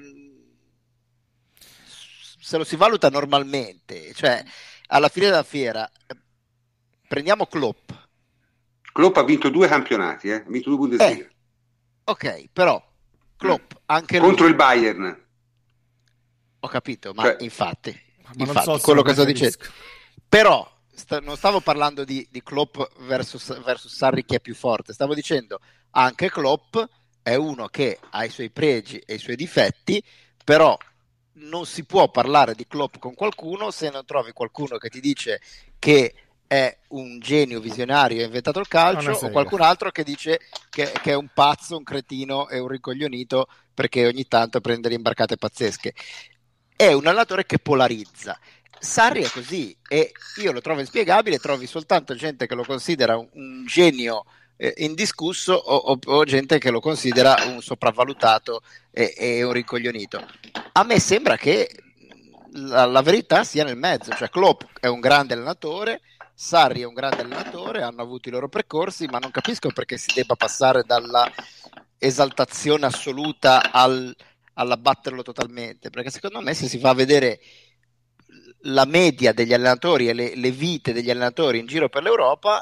si valuta normalmente, cioè alla fine della fiera, prendiamo Klopp ha vinto 2 campionati, ha vinto 2 Bundesliga. Ok, però Klopp anche contro lui, il Bayern. Ho capito, ma infatti non so quello che sto dicendo. Però non stavo parlando di Klopp versus Sarri chi è più forte, stavo dicendo anche Klopp è uno che ha i suoi pregi e i suoi difetti, però non si può parlare di Klopp con qualcuno se non trovi qualcuno che ti dice che è un genio visionario e ha inventato il calcio, o qualcun altro che dice che è un pazzo, un cretino e un ricoglionito perché ogni tanto prende le imbarcate pazzesche. È un allenatore che polarizza. Sarri è così e io lo trovo inspiegabile, trovi soltanto gente che lo considera un genio indiscusso o gente che lo considera un sopravvalutato e un ricoglionito. A me sembra che la verità sia nel mezzo, cioè Klopp è un grande allenatore, Sarri è un grande allenatore, hanno avuto i loro percorsi, ma non capisco perché si debba passare dalla esaltazione assoluta all'abbatterlo totalmente, perché secondo me se si va a vedere la media degli allenatori e le vite degli allenatori in giro per l'Europa,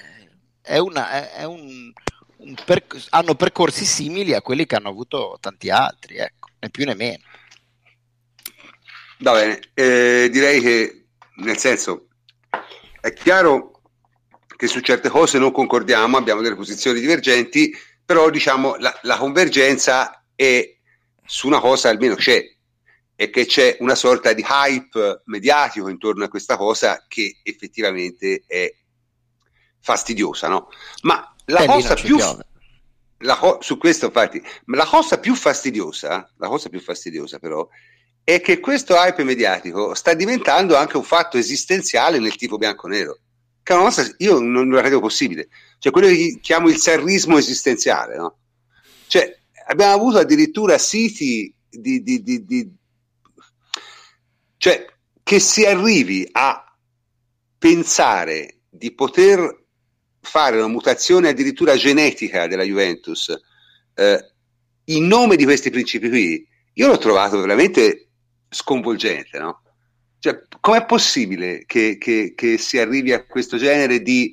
hanno percorsi simili a quelli che hanno avuto tanti altri, ecco, né più né meno. Va bene, direi che nel senso è chiaro che su certe cose non concordiamo, abbiamo delle posizioni divergenti, però diciamo la convergenza è su una cosa almeno c'è, e che c'è una sorta di hype mediatico intorno a questa cosa che effettivamente è fastidiosa, no? Ma la cosa più su questo infatti, la cosa più fastidiosa però è che questo hype mediatico sta diventando anche un fatto esistenziale nel tifo bianconero, che è una cosa io non la credo possibile, cioè quello che chiamo il sarrismo esistenziale, no? Cioè abbiamo avuto addirittura siti cioè che si arrivi a pensare di poter fare una mutazione addirittura genetica della Juventus in nome di questi principi qui, io l'ho trovato veramente sconvolgente, no? Cioè, com'è possibile che si arrivi a questo genere di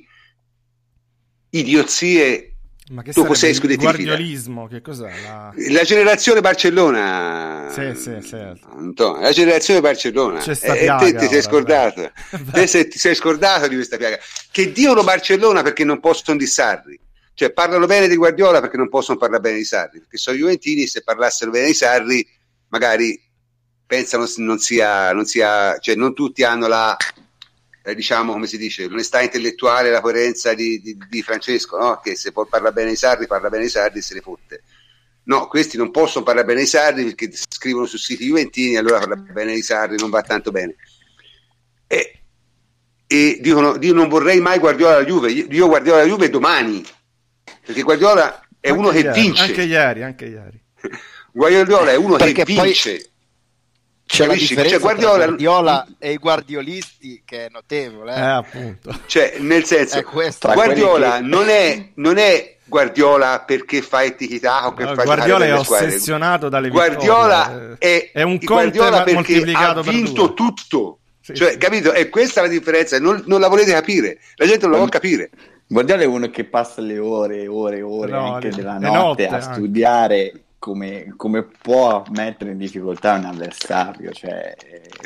idiozie? Ma che dopo 6 sarebbe il scudetti di guardiolismo? Che cos'è? La generazione Barcellona. Sì. Antonio, la generazione Barcellona. C'è sta piaga, te ti sei scordato. Ti sei scordato di questa piaga. Che dicono Barcellona perché non possono di Sarri. Cioè parlano bene di Guardiola perché non possono parlare bene di Sarri. Perché sono juventini, se parlassero bene di Sarri magari pensano non sia, cioè non tutti hanno la diciamo, come si dice, l'onestà intellettuale, la coerenza di Francesco, no? Che se può parlare bene di Sarri, parla bene di Sarri e se ne fotte. No, questi non possono parlare bene di Sarri perché scrivono su siti juventini, allora parlare bene di Sarri non va tanto bene. E dicono, io non vorrei mai Guardiola alla Juve, io Guardiola alla Juve domani, perché Guardiola è uno che vince. Anche ieri. Guardiola è uno Perché che poi vince. c'è la Capisci? differenza Cioè, tra Guardiola e i guardiolisti che è notevole. Appunto. Cioè, nel senso, È questo. Guardiola che... non è Guardiola perché fa il tiki-taka o che fa Guardiola giocare è le squadre. ossessionato dalle Guardiola vittorie. È un Guardiola Conte perché moltiplicato ha per vinto 2. tutto. Sì, Cioè, sì. capito? E questa è la differenza, non la volete capire. La gente non la vuole capire. Guardiola è uno che passa le ore anche della notte a studiare come può mettere in difficoltà un avversario, cioè,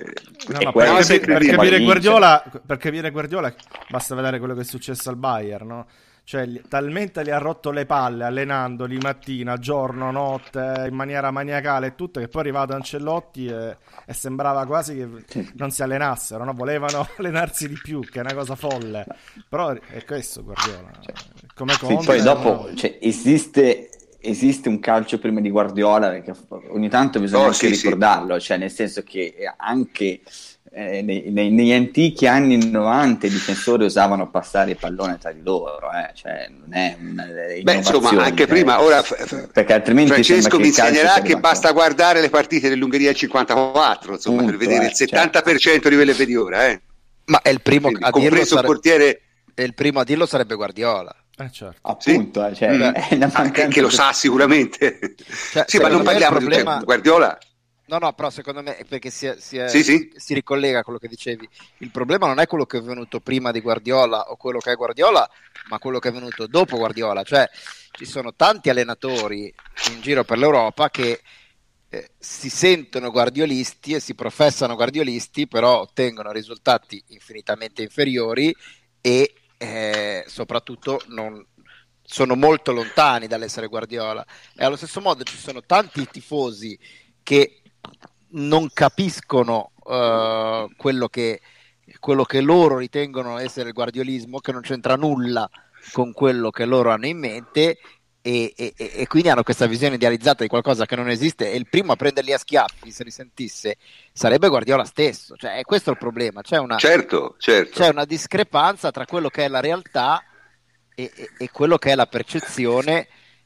per capire Guardiola basta vedere quello che è successo al Bayern, no? Cioè, talmente li ha rotto le palle allenandoli mattina, giorno, notte, in maniera maniacale e tutto, che poi è arrivato Ancelotti e sembrava quasi che non si allenassero, no? Volevano allenarsi di più, che è una cosa folle. Però è questo Guardiola. Come Conte, poi dopo esiste un calcio prima di Guardiola, perché ogni tanto bisogna anche ricordarlo, cioè nel senso che anche negli antichi anni 90 i difensori usavano passare il pallone tra di loro, cioè non è insomma, anche prima, ora perché altrimenti Francesco mi insegnerà che basta guardare le partite dell'Ungheria 54, insomma, per vedere il 70% di quelle vedi ora, Ma è il primo a dirlo, il portiere. E il primo a dirlo sarebbe Guardiola. Certo. Appunto, è una che lo sa sicuramente. Sì, ma non parliamo di Guardiola. No, però secondo me, perché si ricollega a quello che dicevi, il problema non è quello che è venuto prima di Guardiola o quello che è Guardiola, ma quello che è venuto dopo Guardiola. Cioè, ci sono tanti allenatori in giro per l'Europa che si sentono guardiolisti e si professano guardiolisti, però ottengono risultati infinitamente inferiori e soprattutto non sono molto lontani dall'essere Guardiola. E allo stesso modo ci sono tanti tifosi che non capiscono quello che loro ritengono essere il guardiolismo, che non c'entra nulla con quello che loro hanno in mente, e quindi hanno questa visione idealizzata di qualcosa che non esiste, e il primo a prenderli a schiaffi, se li sentisse, sarebbe Guardiola stesso. Cioè, è questo il problema. C'è una discrepanza tra quello che è la realtà e quello che è la percezione,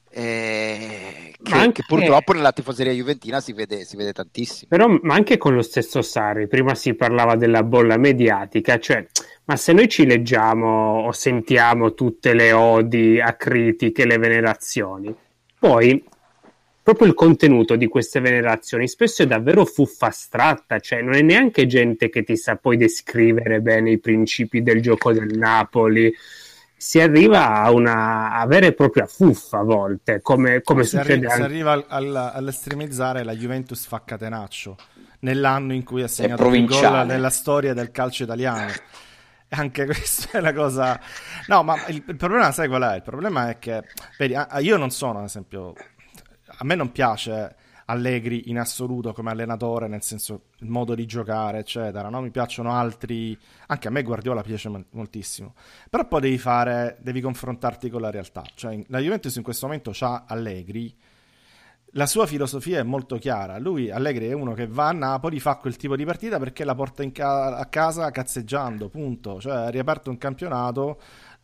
che purtroppo nella tifoseria juventina si vede tantissimo. Però, ma anche con lo stesso Sarri, prima si parlava della bolla mediatica, cioè, ma se noi ci leggiamo o sentiamo tutte le odi a critiche, le venerazioni, poi proprio il contenuto di queste venerazioni spesso è davvero fuffa astratta, cioè non è neanche gente che ti sa poi descrivere bene i principi del gioco del Napoli. Si arriva a una vera e propria fuffa a volte, come succede si arriva all'estremizzare la Juventus fa catenaccio nell'anno in cui ha segnato il gol nella storia del calcio italiano. Anche questa è la cosa. No, ma il problema, sai qual è? Il problema è che, vedi, io non sono, ad esempio, a me non piace Allegri in assoluto come allenatore, nel senso il modo di giocare eccetera, no? Mi piacciono altri, anche a me Guardiola piace moltissimo, però poi devi confrontarti con la realtà. Cioè, la Juventus in questo momento c'ha Allegri, la sua filosofia è molto chiara. Allegri è uno che va a Napoli, fa quel tipo di partita perché la porta a casa cazzeggiando, punto. Cioè ha riaperto un campionato,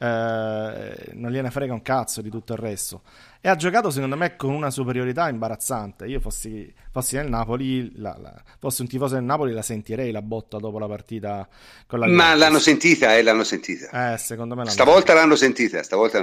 non gliene frega un cazzo di tutto il resto, e ha giocato secondo me con una superiorità imbarazzante. Io fossi nel Napoli, fossi un tifoso del Napoli, la sentirei la botta dopo la partita con la Juventus. Ma l'hanno sentita. Secondo me stavolta l'hanno sentita.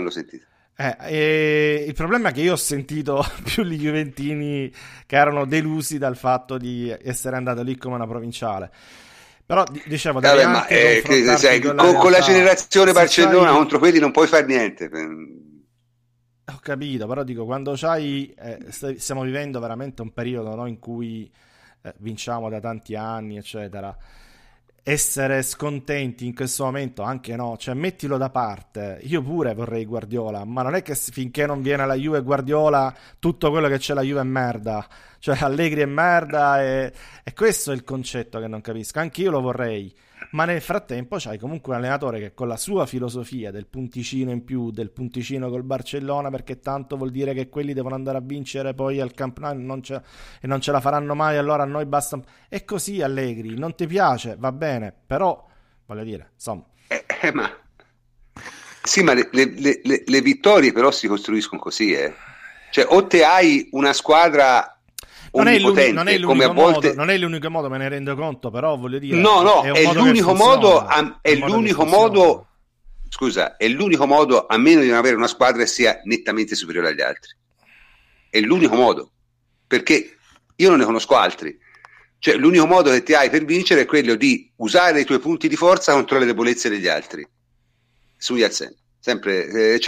Il problema è che io ho sentito più gli juventini che erano delusi dal fatto di essere andato lì come una provinciale. Però dicevo, con la generazione Barcellona contro quelli non puoi fare niente. Ho capito, però dico, quando stiamo vivendo veramente un periodo, no, in cui vinciamo da tanti anni eccetera, essere scontenti in questo momento anche no, cioè mettilo da parte. Io pure vorrei Guardiola, ma non è che finché non viene la Juve Guardiola tutto quello che c'è la Juve è merda, cioè Allegri è merda, e questo è il concetto che non capisco. Anche io lo vorrei, ma nel frattempo c'hai comunque un allenatore che con la sua filosofia del punticino in più, del punticino col Barcellona, perché tanto vuol dire che quelli devono andare a vincere poi al Camp Nou e non ce la faranno mai, allora a noi basta. E così Allegri, non ti piace, va bene, però voglio dire, insomma. Ma le vittorie però si costruiscono così, Cioè, o te hai una squadra onnipotente, non è come l'unico a volte... modo, non è l'unico modo, me ne rendo conto, però voglio dire, No, è un è modo l'unico che funziona, modo, è un modo che l'unico funziona. modo, scusa, è l'unico modo, a meno di non avere una squadra che sia nettamente superiore agli altri. È l'unico modo, perché io non ne conosco altri. Cioè, l'unico modo che ti hai per vincere è quello di usare i tuoi punti di forza contro le debolezze degli altri. Sugli alzeni. Sempre,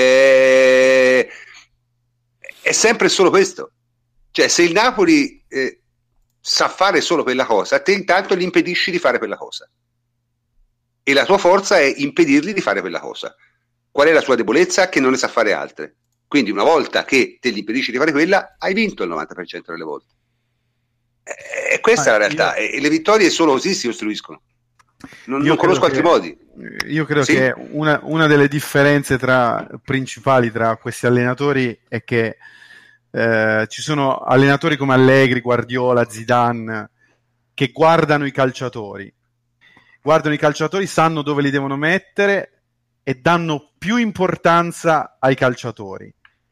è sempre solo questo. Cioè, se il Napoli sa fare solo quella cosa, te intanto gli impedisci di fare quella cosa. E la tua forza è impedirgli di fare quella cosa. Qual è la sua debolezza? Che non ne sa fare altre. Quindi una volta che te gli impedisci di fare quella, hai vinto il 90% delle volte. E questa è la realtà. E le vittorie solo così si costruiscono. Non conosco altri modi. Io credo che una delle differenze principali tra questi allenatori è che ci sono allenatori come Allegri, Guardiola, Zidane che guardano i calciatori, sanno dove li devono mettere e danno più importanza ai calciatori,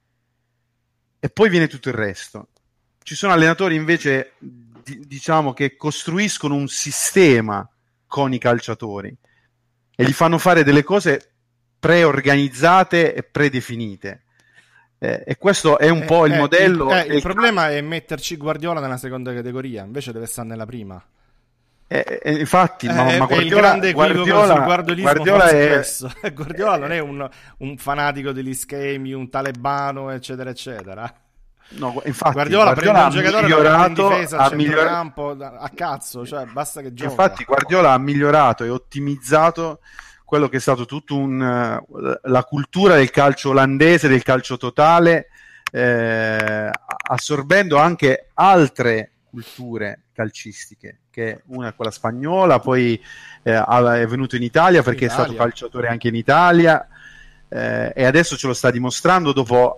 e poi viene tutto il resto. Ci sono allenatori invece diciamo che costruiscono un sistema con i calciatori e gli fanno fare delle cose preorganizzate e predefinite. E questo è un po' il modello. Il problema è metterci Guardiola nella seconda categoria, invece deve stare nella prima. Infatti, ma Guardiola, il grande equivoco sul Guardiola è questo. Guardiola non è un fanatico degli schemi, un talebano, eccetera, eccetera. No, infatti, Guardiola prende un giocatore in difesa, a centrocampo, a cazzo, cioè basta che gioca. Infatti Guardiola ha migliorato e ottimizzato quello che è stato tutto la cultura del calcio olandese, del calcio totale, assorbendo anche altre culture calcistiche, che una è quella spagnola, poi è venuto in Italia perché è stato calciatore anche in Italia, e adesso ce lo sta dimostrando dopo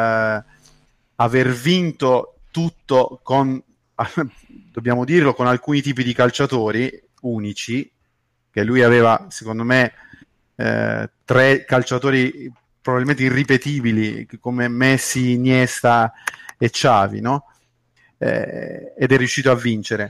aver vinto tutto con, dobbiamo dirlo, con alcuni tipi di calciatori unici, che lui aveva, secondo me, 3 calciatori probabilmente irripetibili come Messi, Iniesta e Xavi, no? Ed è riuscito a vincere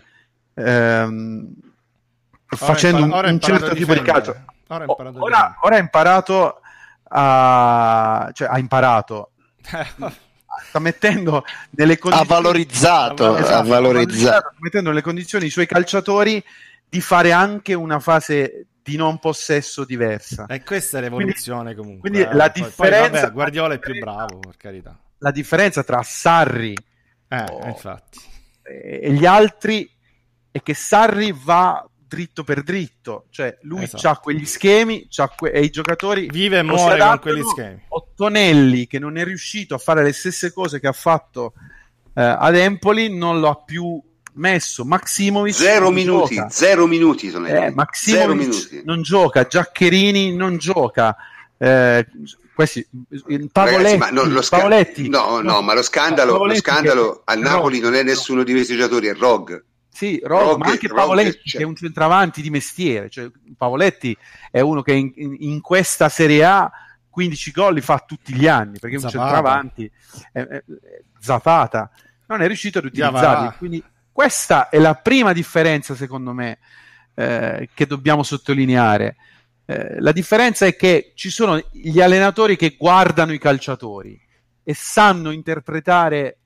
facendo un certo tipo di calcio. Ora ha imparato ha imparato sta mettendo nelle condizioni, ha valorizzato, mettendo nelle condizioni i suoi calciatori di fare anche una fase di non possesso diversa. E questa è l'evoluzione, comunque. Quindi la differenza, poi, vabbè, Guardiola è più bravo, per carità. La differenza tra Sarri infatti, e gli altri è che Sarri va dritto per dritto, cioè lui ha quegli schemi, e i giocatori vive e muore con quegli schemi. Ottonelli, che non è riuscito a fare le stesse cose che ha fatto ad Empoli, non lo ha più messo. Maximovic 0 minuti sono Maximovic non gioca, Giaccherini non gioca, questi Pavoletti, ragazzi, Pavoletti ma lo scandalo al Napoli non è nessuno di questi giocatori, è Rog. Sì, ma anche Pavoletti, che è un centravanti di mestiere. Cioè, Pavoletti è uno che in questa Serie A 15 gol li fa tutti gli anni, perché è un centravanti. Zapata non è riuscito ad utilizzarli. Quindi questa è la prima differenza, secondo me, che dobbiamo sottolineare. La differenza è che ci sono gli allenatori che guardano i calciatori e sanno interpretare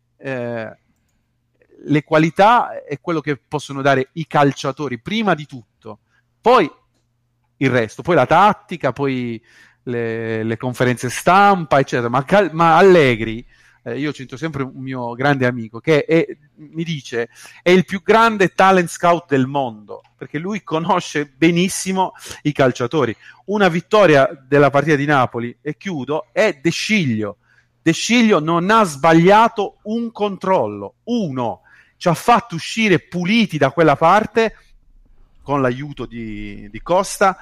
le qualità e quello che possono dare i calciatori prima di tutto, poi il resto, poi la tattica, poi le conferenze stampa, eccetera. Ma Allegri, io cito sempre un mio grande amico che mi dice è il più grande talent scout del mondo, perché lui conosce benissimo i calciatori. Una vittoria della partita di Napoli, e chiudo, è De Sciglio. De Sciglio non ha sbagliato un controllo, uno. Ci ha fatto uscire puliti da quella parte con l'aiuto di Costa,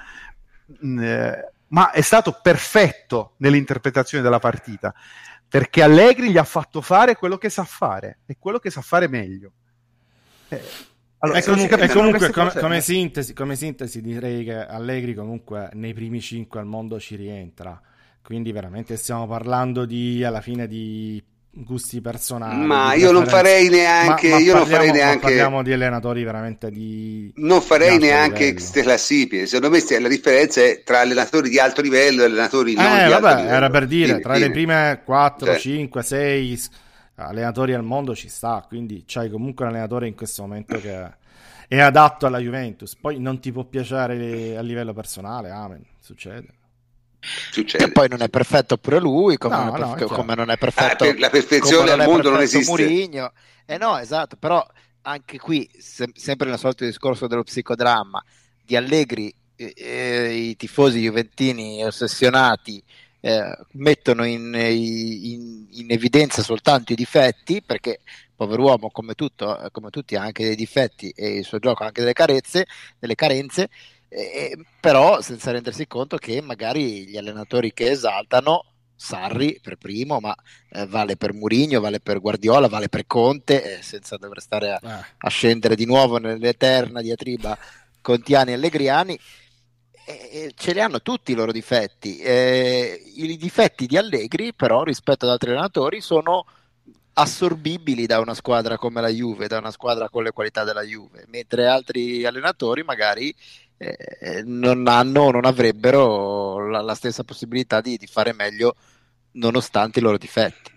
ma è stato perfetto nell'interpretazione della partita, perché Allegri gli ha fatto fare quello che sa fare e quello che sa fare meglio. Allora, comunque come sintesi direi che Allegri comunque nei primi 5 al mondo ci rientra, quindi veramente stiamo parlando alla fine di gusti personali. Ma io non farei neanche, parliamo di allenatori veramente non farei di alto neanche livello. queste classifiche. Secondo me la differenza è tra allenatori di alto livello e allenatori non di alto livello. Era per dire, tra le Fine. prime 4, Cioè. 5, 6 allenatori al mondo ci sta, quindi c'hai comunque un allenatore in questo momento che è adatto alla Juventus. Poi non ti può piacere a livello personale, amen, succede. Che poi non è perfetto pure lui, come non è perfetto la perfezione al mondo non esiste. Mourinho. No, esatto, però anche qui sempre nel solito discorso dello psicodramma di Allegri, i tifosi juventini ossessionati mettono in evidenza soltanto i difetti, perché pover'uomo come tutti ha anche dei difetti e il suo gioco ha anche delle carenze. Però senza rendersi conto che magari gli allenatori che esaltano, Sarri per primo, ma vale per Mourinho, vale per Guardiola, vale per Conte, senza dover stare a scendere di nuovo nell'eterna diatriba contiani e allegriani, ce li hanno tutti i loro difetti. I difetti di Allegri però rispetto ad altri allenatori sono assorbibili da una squadra come la Juve, da una squadra con le qualità della Juve, mentre altri allenatori magari non avrebbero la stessa possibilità di fare meglio nonostante i loro difetti.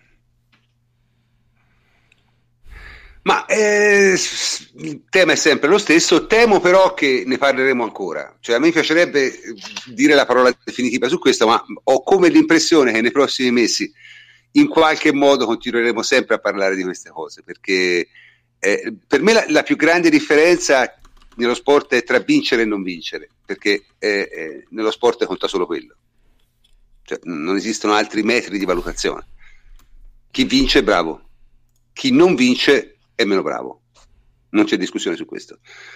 Ma il tema è sempre lo stesso. Temo però che ne parleremo ancora. Cioè, a me piacerebbe dire la parola definitiva su questo, ma ho come l'impressione che nei prossimi mesi in qualche modo continueremo sempre a parlare di queste cose, perché per me la più grande differenza nello sport è tra vincere e non vincere, perché nello sport conta solo quello, cioè, non esistono altri metri di valutazione. Chi vince è bravo, chi non vince è meno bravo, non c'è discussione su questo.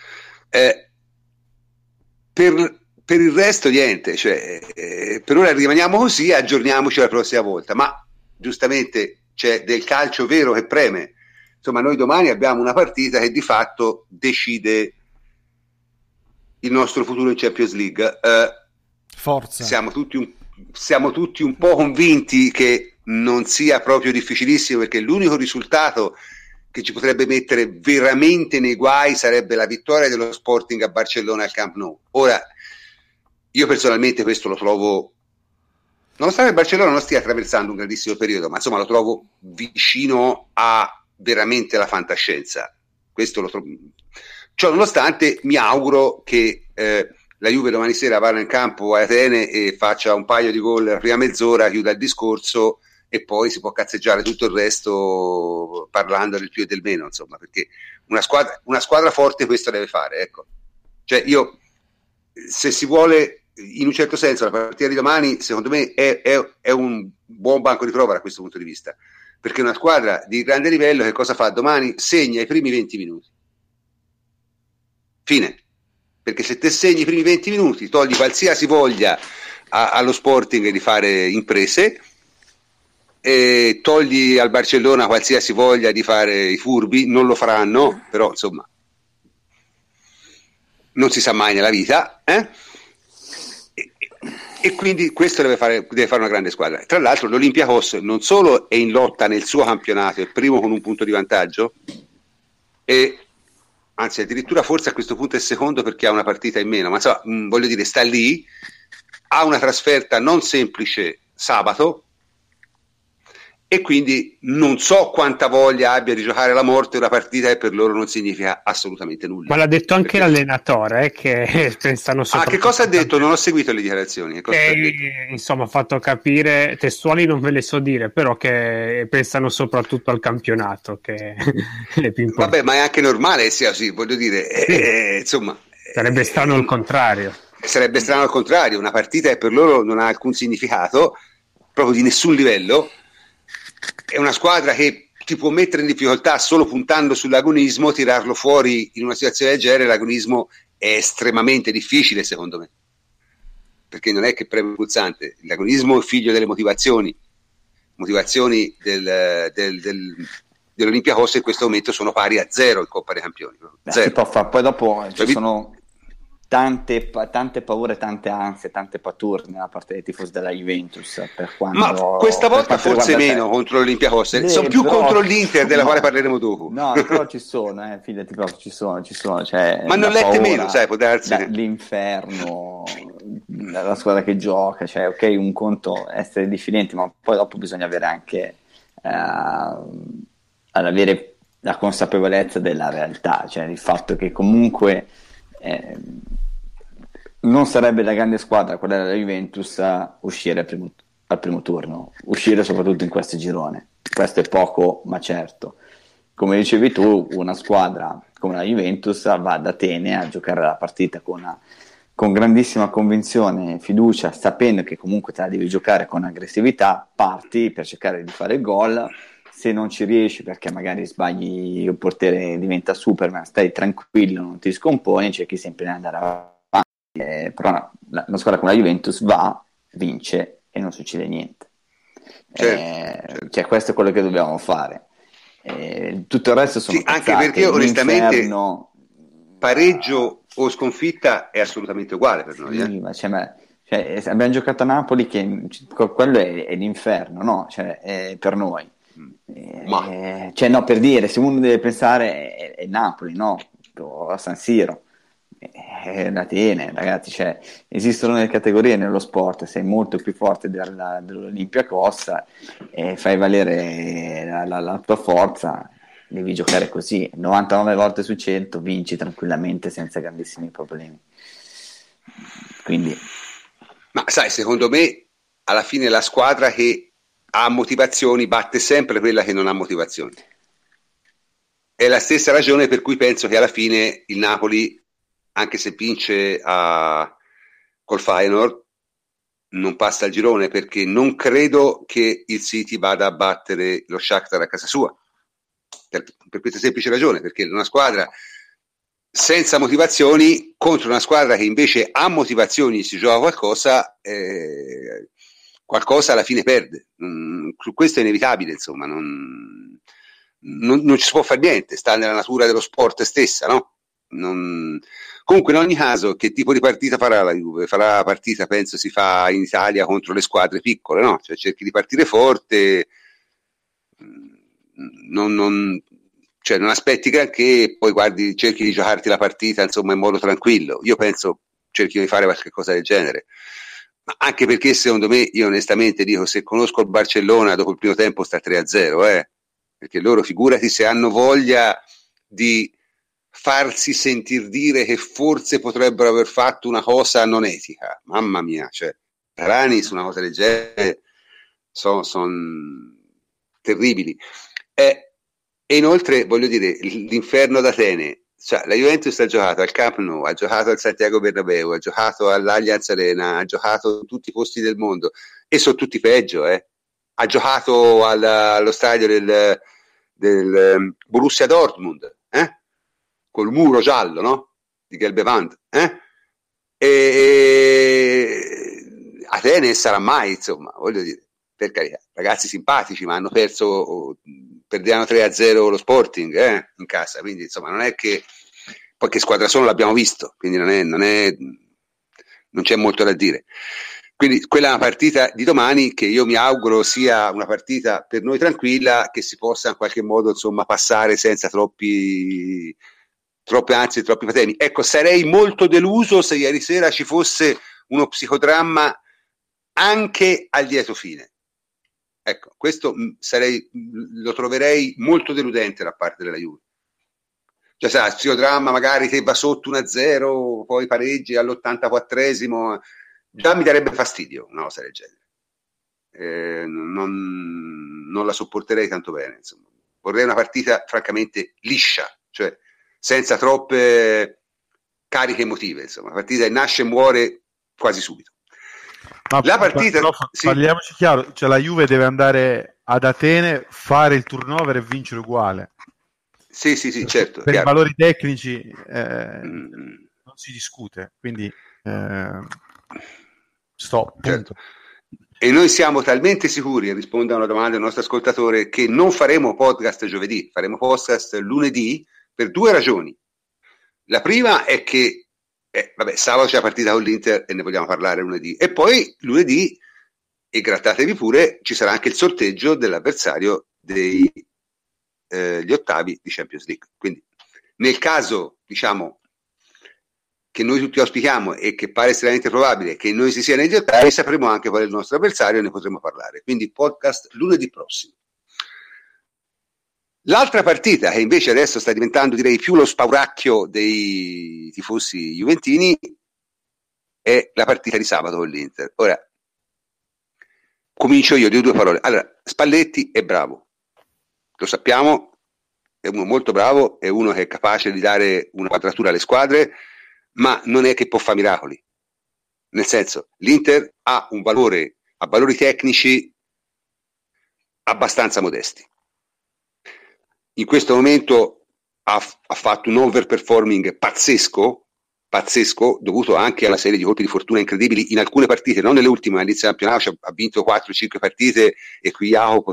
Per il resto niente, cioè, per ora rimaniamo così, aggiorniamoci la prossima volta, ma giustamente c'è del calcio vero che preme. Insomma, noi domani abbiamo una partita che di fatto decide il nostro futuro in Champions League. Forza. Siamo tutti un po' convinti che non sia proprio difficilissimo, perché l'unico risultato che ci potrebbe mettere veramente nei guai sarebbe la vittoria dello Sporting a Barcellona al Camp Nou. Ora, io personalmente questo lo trovo, nonostante il Barcellona non stia attraversando un grandissimo periodo, ma insomma lo trovo vicino a veramente la fantascienza. Questo lo trovo. Ciò nonostante, mi auguro che la Juve domani sera vada in campo a Atene e faccia un paio di gol la prima mezz'ora, chiuda il discorso e poi si può cazzeggiare tutto il resto parlando del più e del meno, insomma, perché una squadra forte questo deve fare, ecco. Cioè io, se si vuole, in un certo senso la partita di domani secondo me è un buon banco di prova da questo punto di vista, perché una squadra di grande livello che cosa fa domani? Segna i primi 20 minuti, fine, perché se te segni i primi 20 minuti togli qualsiasi voglia allo Sporting di fare imprese e togli al Barcellona qualsiasi voglia di fare i furbi. Non lo faranno, però insomma non si sa mai nella vita, e quindi questo deve fare una grande squadra. Tra l'altro l'Olympiakos non solo è in lotta nel suo campionato, è primo con un punto di vantaggio, e anzi addirittura forse a questo punto è secondo perché ha una partita in meno, ma insomma, voglio dire, sta lì, ha una trasferta non semplice sabato, e quindi non so quanta voglia abbia di giocare alla morte una partita che per loro non significa assolutamente nulla. Ma l'ha detto anche l'allenatore, che pensano che cosa ha detto? Non ho seguito le dichiarazioni. Insomma, ha fatto capire, testuali non ve le so dire, però che pensano soprattutto al campionato, che è più importante. Vabbè, ma è anche normale sia così, voglio dire, sì. Insomma, sarebbe strano il contrario. Sarebbe strano al contrario, una partita che per loro non ha alcun significato, proprio di nessun livello. È una squadra che ti può mettere in difficoltà solo puntando sull'agonismo, tirarlo fuori in una situazione del genere. L'agonismo è estremamente difficile, secondo me, perché non è che preme il pulsante. L'agonismo è figlio delle motivazioni dell'Olympiakos, in questo momento sono pari a 0 in Coppa dei Campioni. Si può fare. Poi dopo ci sono tante paure, tante ansie, tante pature nella parte dei tifosi della Juventus, ma questa volta forse meno contro l'Olympiakos, sono più però, contro l'Inter della quale parleremo dopo. No, però ci sono, fidati proprio, ci sono, cioè, ma non lette meno, sai, può darsi. L'inferno, la squadra che gioca, cioè ok, un conto essere diffidenti, ma poi dopo bisogna avere anche ad avere la consapevolezza della realtà, cioè il fatto che comunque non sarebbe la grande squadra quella della Juventus a uscire al primo turno, uscire soprattutto in questo girone. Questo è poco ma certo. Come dicevi tu, una squadra come la Juventus va ad Atene a giocare la partita con grandissima convinzione e fiducia, sapendo che comunque te la devi giocare con aggressività, parti per cercare di fare il gol. Se non ci riesci perché magari sbagli, il portiere diventa Superman, stai tranquillo, non ti scomponi, cerchi sempre di andare avanti. Però una squadra come la Juventus va, vince e non succede niente. Certo. Cioè, questo è quello che dobbiamo fare. Tutto il resto sono anche perché onestamente pareggio o sconfitta è assolutamente uguale per noi. Sì, ma abbiamo giocato a Napoli, che quello è l'inferno, no? Cioè, per noi. Cioè, no, per dire, se uno deve pensare è Napoli, no? A San Siro, l'Atene, ragazzi, cioè, esistono delle categorie nello sport, sei molto più forte dell'Olympiakos e fai valere la tua forza, devi giocare così, 99 volte su 100 vinci tranquillamente senza grandissimi problemi. Quindi, ma sai, secondo me alla fine la squadra che ha motivazioni batte sempre quella che non ha motivazioni. È la stessa ragione per cui penso che alla fine il Napoli, anche se vince col Feyenoord, non passa il girone, perché non credo che il City vada a battere lo Shakhtar a casa sua, per questa semplice ragione, perché una squadra senza motivazioni contro una squadra che invece ha motivazioni, si gioca qualcosa alla fine perde. Questo è inevitabile, insomma, non ci si può fare niente, sta nella natura dello sport stessa, no? Comunque, in ogni caso, che tipo di partita farà la Juve? Farà la partita, penso, si fa in Italia contro le squadre piccole, no? Cioè cerchi di partire forte, non aspetti granché, poi cerchi di giocarti la partita, insomma, in modo tranquillo. Io penso cerchi di fare qualche cosa del genere. Ma anche perché secondo me, io onestamente dico, se conosco il Barcellona dopo il primo tempo sta 3-0, perché loro, figurati se hanno voglia di farsi sentir dire che forse potrebbero aver fatto una cosa non etica. Mamma mia, cioè Rani su una cosa del genere sono terribili. E inoltre, voglio dire, l'inferno d'Atene. Cioè, la Juventus ha giocato al Camp Nou, ha giocato al Santiago Bernabéu, ha giocato all'Allianz Arena, ha giocato in tutti i posti del mondo e sono tutti peggio. Ha giocato allo stadio del Borussia Dortmund, col muro giallo, no? Di Gelbe Wand, e Atene sarà mai, insomma, voglio dire, per carità, ragazzi simpatici, ma hanno perderanno 3-0 lo Sporting in casa, quindi insomma non è che poi che squadra sono l'abbiamo visto, quindi non c'è molto da dire. Quindi quella è una partita di domani che io mi auguro sia una partita per noi tranquilla, che si possa in qualche modo, insomma, passare senza troppe ansie, troppi patemi. Ecco, sarei molto deluso se ieri sera ci fosse uno psicodramma anche al lieto fine. Ecco, questo lo troverei molto deludente da parte della Juve. Cioè, sai, psicodramma magari che va sotto 1-0, poi pareggi all'84esimo, già mi darebbe fastidio una cosa del genere. Non la sopporterei tanto bene, insomma. Vorrei una partita francamente liscia, cioè senza troppe cariche emotive, insomma, una partita che nasce e muore quasi subito. Ma la partita, sì. Parliamoci chiaro, cioè la Juve deve andare ad Atene, fare il turnover e vincere uguale. Sì, certo. Per chiaro. I valori tecnici non si discute, quindi stop. Certo. E noi siamo talmente sicuri, rispondo a una domanda del nostro ascoltatore, che non faremo podcast giovedì, faremo podcast lunedì per due ragioni. La prima è che Vabbè, sabato c'è la partita con l'Inter e ne vogliamo parlare lunedì. E poi lunedì, e grattatevi pure, ci sarà anche il sorteggio dell'avversario degli ottavi di Champions League. Quindi nel caso, diciamo, che noi tutti auspichiamo e che pare estremamente probabile che noi si sia negli ottavi, sapremo anche qual è il nostro avversario e ne potremo parlare. Quindi podcast lunedì prossimo. L'altra partita, che invece adesso sta diventando, direi, più lo spauracchio dei tifosi juventini, è la partita di sabato con l'Inter. Ora, comincio io, di due parole. Allora, Spalletti è bravo, lo sappiamo, è uno molto bravo, è uno che è capace di dare una quadratura alle squadre, ma non è che può fare miracoli. Nel senso, l'Inter ha valori tecnici abbastanza modesti. In questo momento ha fatto un overperforming pazzesco, dovuto anche a una serie di colpi di fortuna incredibili in alcune partite, non nelle ultime, all'inizio del campionato ha vinto 4-5 partite e qui Jacopo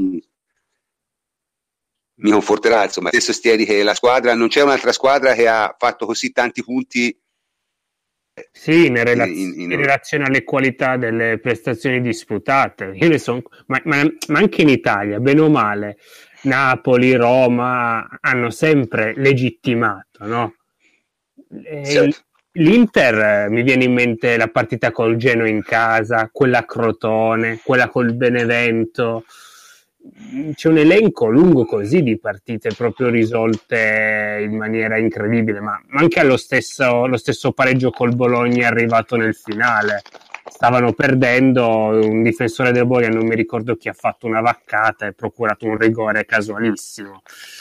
mi conforterà, insomma, se sostieni che la squadra, non c'è un'altra squadra che ha fatto così tanti punti. Sì, in relazione alle qualità delle prestazioni disputate. Ma anche in Italia, bene o male, Napoli, Roma hanno sempre legittimato, no? Certo. L'Inter, mi viene in mente la partita col Genoa in casa, quella a Crotone, quella col Benevento. C'è un elenco lungo così di partite proprio risolte in maniera incredibile, ma anche lo stesso pareggio col Bologna è arrivato nel finale. Stavano perdendo, un difensore del Bologna, non mi ricordo chi, ha fatto una vaccata e procurato un rigore casualissimo.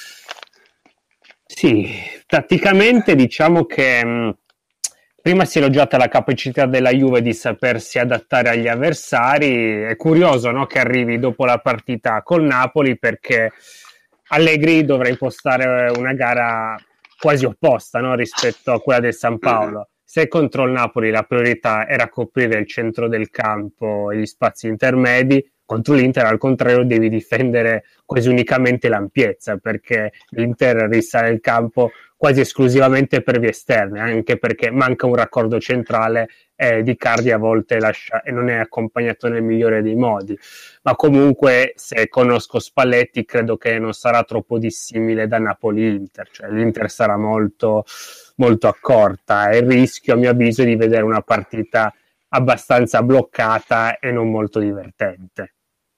Sì, tatticamente diciamo che prima si è elogiata la capacità della Juve di sapersi adattare agli avversari. È curioso, no, che arrivi dopo la partita col Napoli, perché Allegri dovrà impostare una gara quasi opposta, no, rispetto a quella del San Paolo. Se contro il Napoli la priorità era coprire il centro del campo e gli spazi intermedi, contro l'Inter al contrario devi difendere quasi unicamente l'ampiezza, perché l'Inter risale il campo quasi esclusivamente per vie esterne, anche perché manca un raccordo centrale e Di Cardi a volte lascia e non è accompagnato nel migliore dei modi. Ma comunque, se conosco Spalletti, credo che non sarà troppo dissimile da Napoli-Inter, cioè l'Inter sarà molto, molto accorta, e il rischio, a mio avviso, è di vedere una partita abbastanza bloccata e non molto divertente.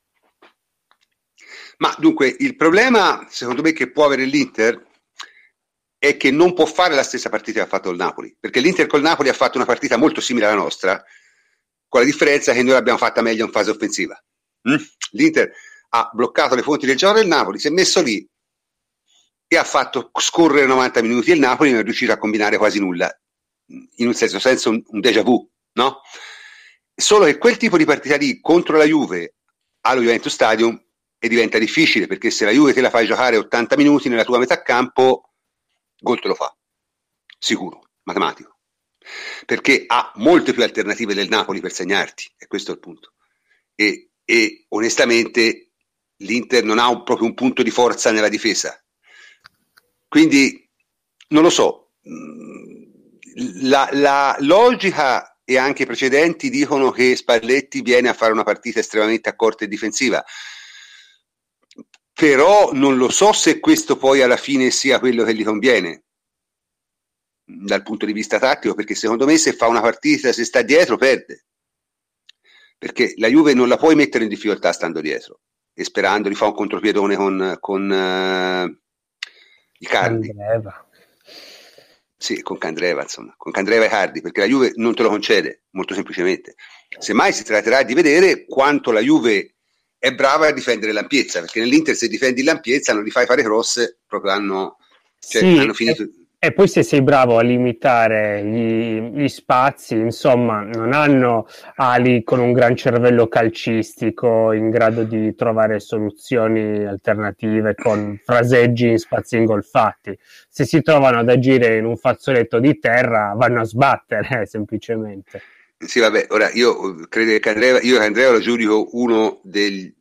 Ma dunque, il problema, secondo me, che può avere l'Inter è che non può fare la stessa partita che ha fatto il Napoli, perché l'Inter col Napoli ha fatto una partita molto simile alla nostra, con la differenza che noi l'abbiamo fatta meglio in fase offensiva. L'Inter ha bloccato le fonti del gioco del Napoli, si è messo lì e ha fatto scorrere 90 minuti e il Napoli non è riuscito a combinare quasi nulla, in un senso un déjà vu, no? Solo che quel tipo di partita lì contro la Juve allo Juventus Stadium e diventa difficile, perché se la Juve te la fai giocare 80 minuti nella tua metà campo, gol te lo fa, sicuro, matematico, perché ha molte più alternative del Napoli per segnarti, e questo è il punto. E onestamente l'Inter non ha proprio un punto di forza nella difesa, quindi non lo so, la logica e anche i precedenti dicono che Spalletti viene a fare una partita estremamente accorta e difensiva, però non lo so se questo poi alla fine sia quello che gli conviene dal punto di vista tattico, perché secondo me se fa una partita, se sta dietro, perde, perché la Juve non la puoi mettere in difficoltà stando dietro e sperando di fare un contropiedone con Icardi. Sì, con Candreva, insomma, con Candreva e Icardi, perché la Juve non te lo concede, molto semplicemente. Semmai si tratterà di vedere quanto la Juve è brava a difendere l'ampiezza, perché nell'Inter se difendi l'ampiezza non li fai fare cross, proprio hanno finito. E poi se sei bravo a limitare gli spazi, insomma, non hanno ali con un gran cervello calcistico in grado di trovare soluzioni alternative con fraseggi in spazi ingolfati. Se si trovano ad agire in un fazzoletto di terra, vanno a sbattere, semplicemente. Sì, vabbè, ora io credo che Candreva lo giudico uno dei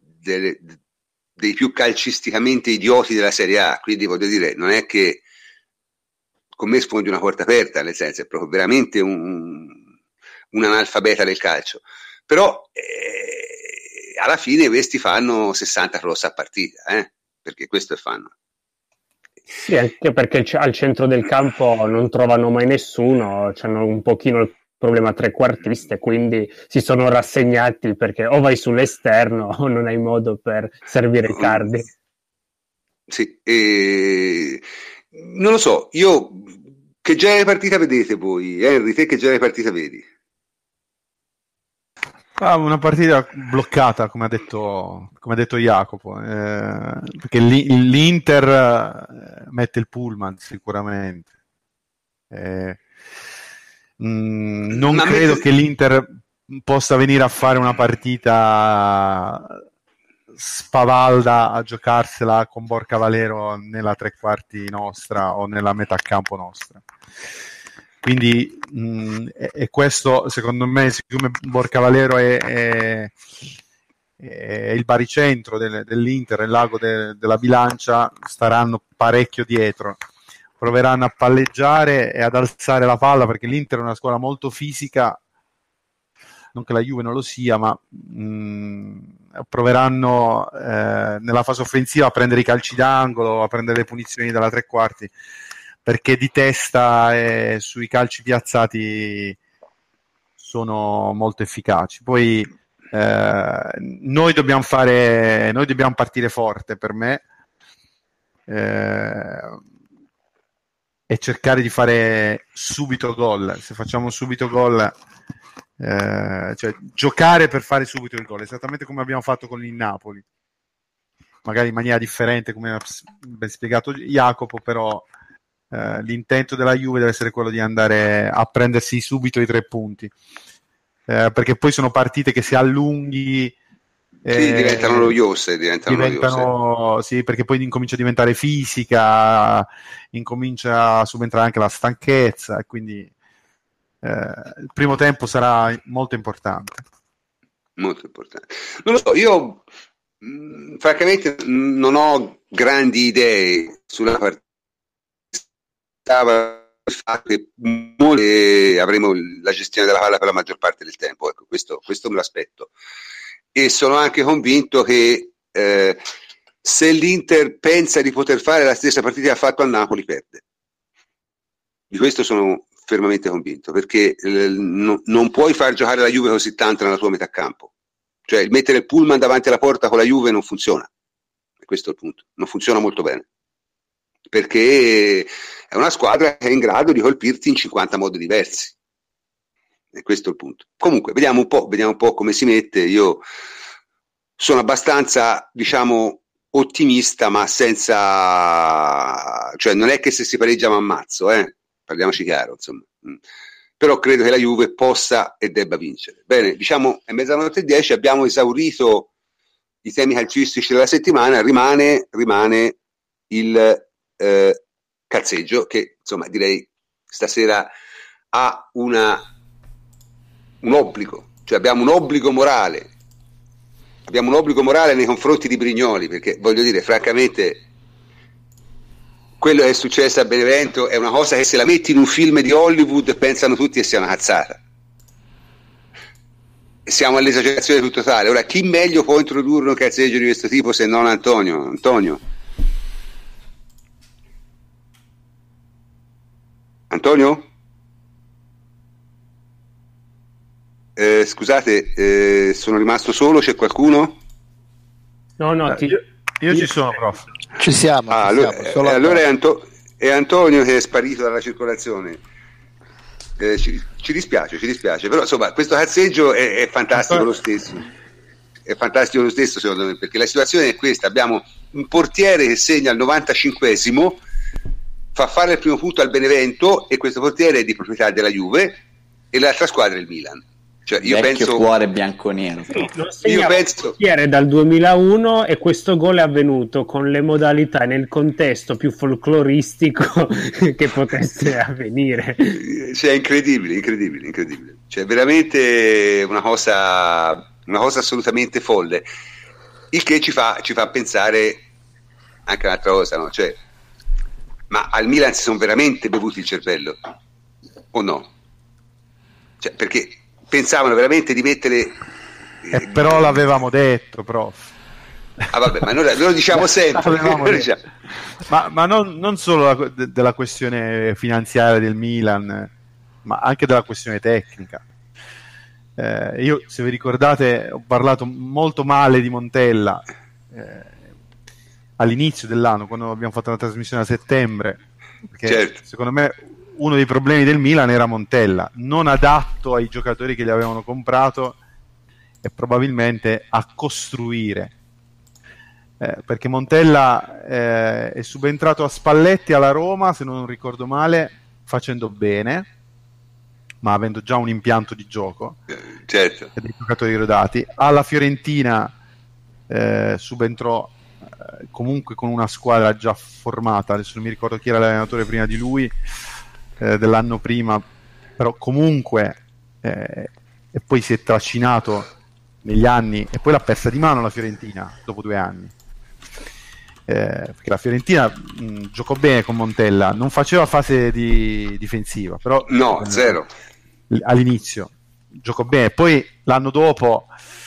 più calcisticamente idioti della Serie A, quindi voglio dire, non è che con me sfondi una porta aperta, nel senso è proprio veramente un analfabeta del calcio, però alla fine questi fanno 60 cross a partita, perché questo è fanno. Sì, anche perché al centro del campo non trovano mai nessuno, hanno un pochino il problema trequartiste, quindi si sono rassegnati perché o vai sull'esterno o non hai modo per servire i cardi. Sì, non lo so, io che genere di partita vedete voi? Henry, te che genere di partita vedi? Una partita bloccata, come ha detto Jacopo, perché l'Inter mette il pullman sicuramente. Non credo che l'Inter possa venire a fare una partita spavalda a giocarsela con Borca Valero nella tre quarti nostra o nella metà campo nostra. Quindi e questo secondo me, siccome Borca Valero è il baricentro dell'Inter, il lago della bilancia, staranno parecchio dietro, proveranno a palleggiare e ad alzare la palla, perché l'Inter è una squadra molto fisica, non che la Juve non lo sia, ma proveranno nella fase offensiva a prendere i calci d'angolo, a prendere le punizioni dalla tre quarti, perché di testa e sui calci piazzati sono molto efficaci. Poi noi dobbiamo partire forte, per me, e cercare di fare subito gol. Se facciamo subito gol, cioè giocare per fare subito il gol, esattamente come abbiamo fatto con il Napoli, magari in maniera differente, come ha ben spiegato Jacopo, però l'intento della Juve deve essere quello di andare a prendersi subito i 3 punti, perché poi sono partite che si allunghi, diventano noiose, sì, perché poi incomincia a diventare fisica, incomincia a subentrare anche la stanchezza, e quindi il primo tempo sarà molto importante. Molto importante. Non lo so, io francamente non ho grandi idee sulla partita. Che avremo la gestione della palla per la maggior parte del tempo, ecco, questo me lo aspetto, e sono anche convinto che se l'Inter pensa di poter fare la stessa partita che ha fatto al Napoli, perde. Di questo sono fermamente convinto, perché non puoi far giocare la Juve così tanto nella tua metà campo, cioè mettere il pullman davanti alla porta con la Juve non funziona, e questo è il punto, non funziona molto bene, perché è una squadra che è in grado di colpirti in 50 modi diversi, e questo è il punto. Comunque vediamo un po' come si mette. Io sono abbastanza, diciamo, ottimista, ma senza, cioè non è che se si pareggia mi ammazzo, parliamoci chiaro, insomma. Però credo che la Juve possa e debba vincere. Bene, diciamo è 00:10, abbiamo esaurito i temi calcistici della settimana, rimane il calzeggio, che insomma direi stasera ha un obbligo, cioè abbiamo un obbligo morale nei confronti di Brignoli, perché voglio dire, francamente, quello che è successo a Benevento è una cosa che se la metti in un film di Hollywood pensano tutti che sia una cazzata. Siamo all'esagerazione più totale. Ora, chi meglio può introdurre un calzeggio di questo tipo se non Antonio? Scusate, sono rimasto solo, c'è qualcuno? No, io ci sono, prof. Ci siamo. Allora è Antonio che è sparito dalla circolazione. Ci dispiace, però insomma questo calzeggio è fantastico lo stesso. È fantastico lo stesso, secondo me, perché la situazione è questa: abbiamo un portiere che segna al 95esimo, fa fare il primo punto al Benevento, e questo portiere è di proprietà della Juve e l'altra squadra è il Milan. Cioè, io vecchio penso, cuore bianco-nero. Io penso era dal 2001 e questo gol è avvenuto con le modalità nel contesto più folcloristico che potesse avvenire. Cioè, incredibile. Cioè, veramente una cosa assolutamente folle. Il che ci fa pensare anche un'altra cosa, no? Cioè, Ma al Milan si sono veramente bevuti il cervello? O no? Cioè, perché pensavano veramente di mettere... Però l'avevamo detto, prof. Ah vabbè, ma noi lo diciamo sempre. Ma non solo della questione finanziaria del Milan, ma anche della questione tecnica. Io, se vi ricordate, ho parlato molto male di Montella all'inizio dell'anno, quando abbiamo fatto la trasmissione a settembre, perché certo, secondo me uno dei problemi del Milan era Montella, non adatto ai giocatori che gli avevano comprato e probabilmente a costruire, perché Montella è subentrato a Spalletti alla Roma, se non ricordo male, facendo bene, ma avendo già un impianto di gioco, certo, e dei giocatori rodati. Alla Fiorentina subentrò comunque con una squadra già formata, adesso non mi ricordo chi era l'allenatore prima di lui, dell'anno prima, però comunque e poi si è trascinato negli anni e poi l'ha persa di mano la Fiorentina dopo 2 anni, perché la Fiorentina giocò bene con Montella, non faceva fase difensiva, però no, zero all'inizio giocò bene, poi l'anno dopo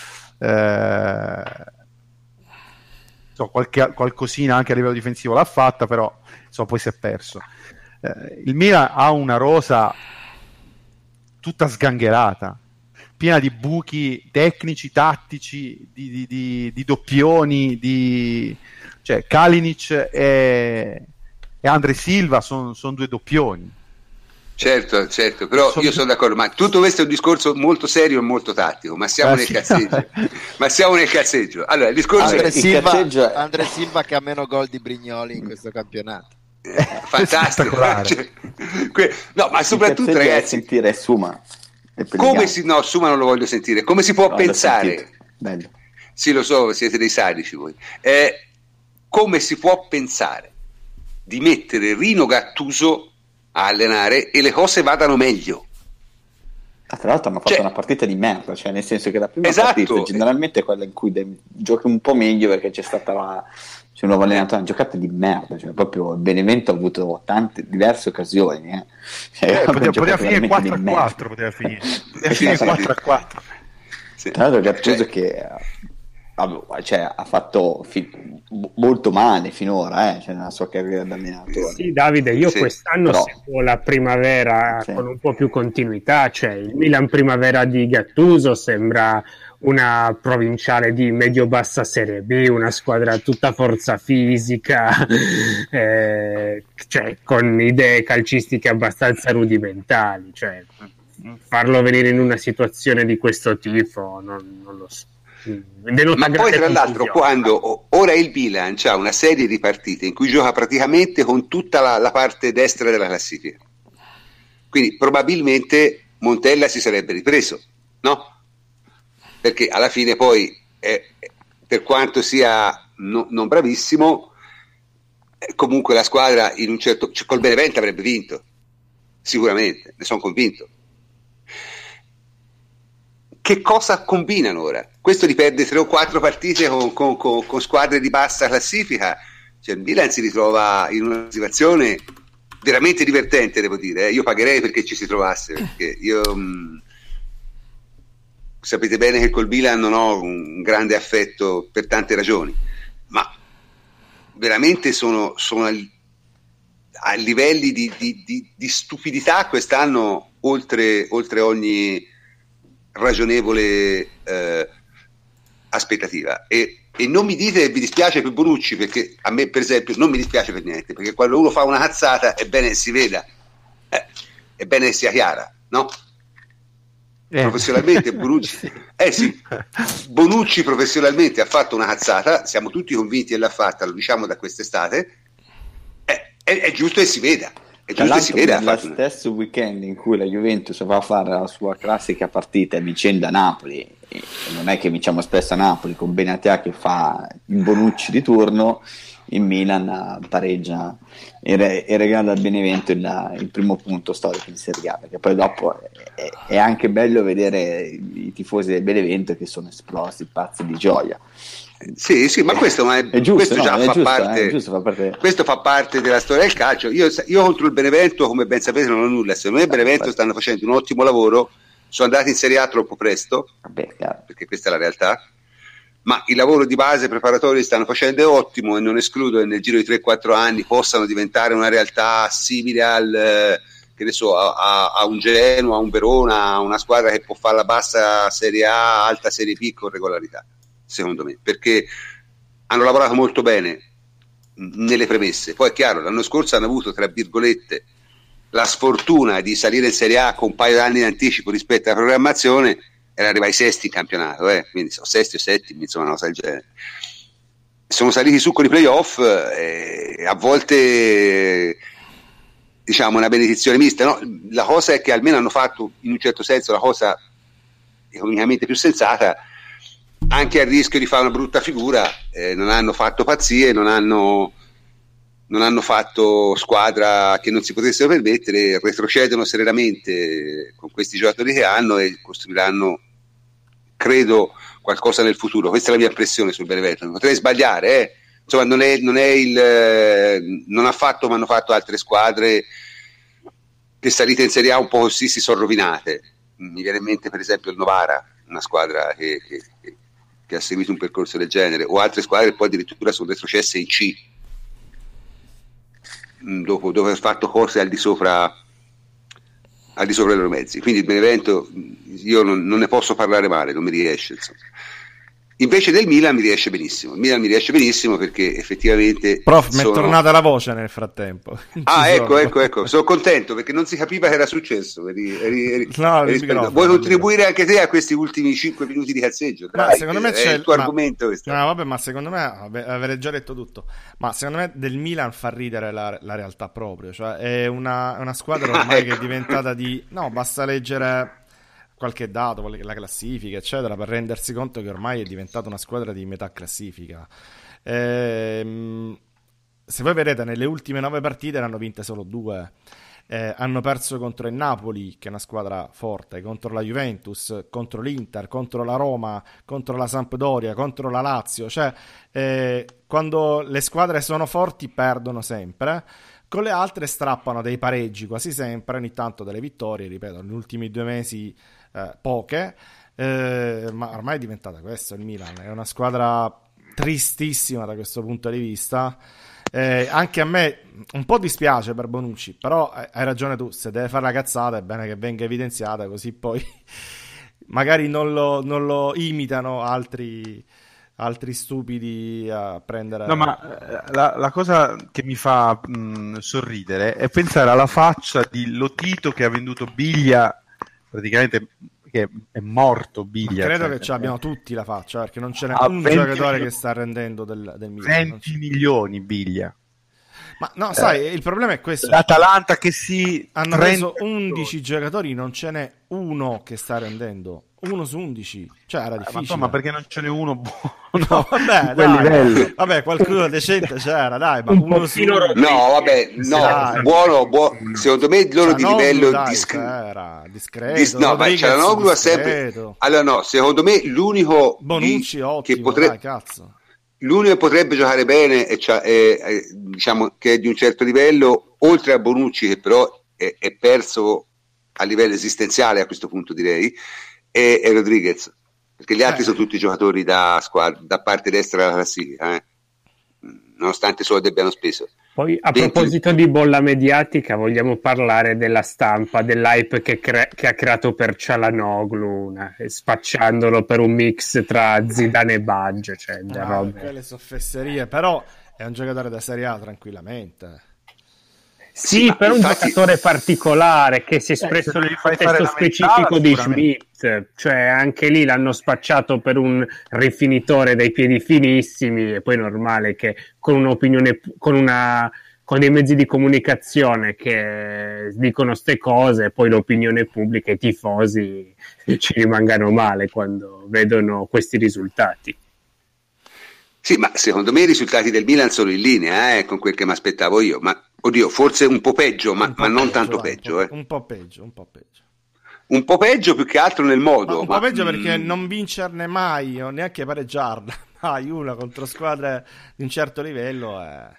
qualcosina anche a livello difensivo l'ha fatta, però poi si è perso. Il Milan ha una rosa tutta sgangherata, piena di buchi tecnici, tattici, di doppioni, cioè Kalinic e Andre Silva sono 2 doppioni. Certo, però io sono d'accordo, ma tutto questo è un discorso molto serio e molto tattico, ma siamo nel cazzeggio. Allora, il discorso Andre è Silva che ha meno gol di Brignoli in questo campionato. Fantastico. No, ma soprattutto, ragazzi, sentire Suma. No, Suma non lo voglio sentire. Come si può pensare? Bello. Sì, lo so, siete dei sadici voi. Come si può pensare di mettere Rino Gattuso a allenare e le cose vadano meglio? Tra l'altro hanno fatto una partita di merda, cioè nel senso che la prima partita generalmente è quella in cui giochi un po' meglio perché c'è un nuovo allenatore, hanno giocato di merda, cioè proprio il Benevento ha avuto tante diverse occasioni, poteva finire 4-4, poteva finire 4-4. Tra l'altro Gattuso che ha fatto molto male finora nella sua carriera da allenatore. Sì, Davide, io quest'anno seguo la primavera con un po' più continuità, cioè il Milan primavera di Gattuso sembra una provinciale di medio-bassa Serie B, una squadra tutta forza fisica, cioè con idee calcistiche abbastanza rudimentali, cioè farlo venire in una situazione di questo tipo non lo so. Ma poi tra l'altro quando ora il Milan c'ha una serie di partite in cui gioca praticamente con tutta la parte destra della classifica, quindi probabilmente Montella si sarebbe ripreso, no? Perché alla fine poi per quanto sia non bravissimo, comunque la squadra in un certo, col Benevento avrebbe vinto sicuramente, ne sono convinto. Che cosa combinano ora? Questo di perdere 3 o 4 partite con squadre di bassa classifica, cioè il Milan si ritrova in una situazione veramente divertente, devo dire. Io pagherei perché ci si trovasse, perché io sapete bene che col Milan non ho un grande affetto per tante ragioni, ma veramente sono a livelli di stupidità quest'anno oltre ogni ragionevole aspettativa, e non mi dite che vi dispiace per Bonucci, perché a me per esempio non mi dispiace per niente, perché quando uno fa una cazzata è bene che si veda, è bene che sia chiara, no? Professionalmente Bonucci Bonucci professionalmente ha fatto una cazzata, siamo tutti convinti che l'ha fatta, lo diciamo da quest'estate, è giusto che si veda. Nello stesso weekend in cui la Juventus va a fare la sua classica partita vincendo a Napoli, e non è che vinciamo spesso a Napoli, con Benatia che fa il Bonucci di turno, il Milan pareggia e regala al Benevento il primo punto storico in Serie A, perché poi dopo è anche bello vedere i tifosi del Benevento che sono esplosi pazzi di gioia, Sì, ma questo, è giusto, questo no, già è fa giusto, parte, è giusto, fa parte. Questo fa parte della storia del calcio. Io contro il Benevento, come ben sapete, non ho nulla. Secondo me il Benevento stanno facendo un ottimo lavoro, sono andati in Serie A troppo presto, perché questa è la realtà, ma il lavoro di base preparatorio stanno facendo è ottimo, e non escludo che nel giro di 3-4 anni possano diventare una realtà simile al, che ne so, a un Genoa, a un Verona, a una squadra che può fare la bassa Serie A, alta Serie B con regolarità, secondo me, perché hanno lavorato molto bene nelle premesse. Poi è chiaro, l'anno scorso hanno avuto, tra virgolette, la sfortuna di salire in Serie A con un paio d'anni in anticipo rispetto alla programmazione, era arrivati sesti in campionato, quindi sono sesti o settimi, insomma, una cosa del genere. Sono saliti su con i playoff, a volte diciamo una benedizione mista, no? La cosa è che almeno hanno fatto in un certo senso la cosa economicamente più sensata, anche a rischio di fare una brutta figura. Non hanno fatto pazzie, non hanno fatto squadra che non si potessero permettere, retrocedono serenamente con questi giocatori che hanno e costruiranno, credo, qualcosa nel futuro. Questa è la mia impressione sul Benevento. Potrei sbagliare, insomma, non ha fatto, ma hanno fatto altre squadre che salite in Serie A un po' così si sono rovinate. Mi viene in mente per esempio il Novara, una squadra che ha seguito un percorso del genere, o altre squadre che poi addirittura sono retrocesse in C dopo aver fatto cose al di sopra dei loro mezzi. Quindi il Benevento io non ne posso parlare male, non mi riesce, insomma. Invece del Milan mi riesce benissimo. Il Milan mi riesce benissimo perché effettivamente Prof, mi è tornata la voce nel frattempo. Ecco, sono contento perché non si capiva che era successo. Vuoi contribuire anche te a questi ultimi 5 minuti di cazzeggio? Dai, secondo me c'è il tuo argomento questo. No, vabbè, ma secondo me avrei già detto tutto. Ma secondo me del Milan fa ridere la realtà proprio, cioè è una squadra ormai che è diventata basta leggere qualche dato, la classifica, eccetera, per rendersi conto che ormai è diventata una squadra di metà classifica. Se voi vedete, nelle ultime 9 partite ne hanno vinte solo 2. Hanno perso contro il Napoli, che è una squadra forte, contro la Juventus, contro l'Inter, contro la Roma, contro la Sampdoria, contro la Lazio. Cioè, quando le squadre sono forti perdono sempre. Con le altre strappano dei pareggi quasi sempre, ogni tanto delle vittorie, ripeto, negli ultimi 2 mesi poche, ma ormai è diventata questo il Milan, è una squadra tristissima da questo punto di vista. Anche a me un po' dispiace per Bonucci, però hai ragione tu, se deve fare la cazzata è bene che venga evidenziata, così poi magari non lo imitano altri stupidi a prendere. No, ma la cosa che mi fa sorridere è pensare alla faccia di Lotito che ha venduto Biglia, praticamente, che è morto Biglia. Ma credo che ce l'abbiamo tutti la faccia, perché non ce n'è un giocatore che sta rendendo del Milan. 20 milioni Biglia. Ma no, sai, il problema è questo. L'Atalanta che hanno preso 11 giocatori, non ce n'è uno che sta rendendo. 1 su 11, cioè era difficile. Ma insomma, perché non ce n'è uno buono? No, vabbè, dai. Vabbè, qualcuno decente c'era, dai, ma uno su 11. No, vabbè, no, buono, secondo me loro di livello discreto. No, ma Cialanoglu ha sempre. Allora no, secondo me l'unico Bonucci ottimo, che potrebbe, dai, cazzo. L'unico che potrebbe giocare bene diciamo che è di un certo livello, oltre a Bonucci, che però è perso a livello esistenziale a questo punto, direi, è Rodriguez, perché gli altri sono tutti giocatori da parte destra della classifica, nonostante soldi abbiano speso. Poi a proposito di bolla mediatica, vogliamo parlare della stampa, dell'hype che ha creato per Cialanoglu, spacciandolo per un mix tra Zidane e Baggio, cioè quelle soffesserie, però è un giocatore da Serie A tranquillamente. Sì, per un giocatore particolare che si è espresso nel contesto specifico di Schmidt, cioè anche lì l'hanno spacciato per un rifinitore dai piedi finissimi, e poi è normale che con un'opinione, con dei mezzi di comunicazione che dicono ste cose, poi l'opinione pubblica e i tifosi ci rimangano male quando vedono questi risultati. Sì, ma secondo me i risultati del Milan sono in linea con quel che mi aspettavo io, ma oddio, forse un po' peggio, ma non tanto peggio. Un po' peggio. Un po' peggio più che altro nel modo. Un po' peggio perché non vincerne mai o neanche pareggiarla. fai una contro squadre di un certo livello,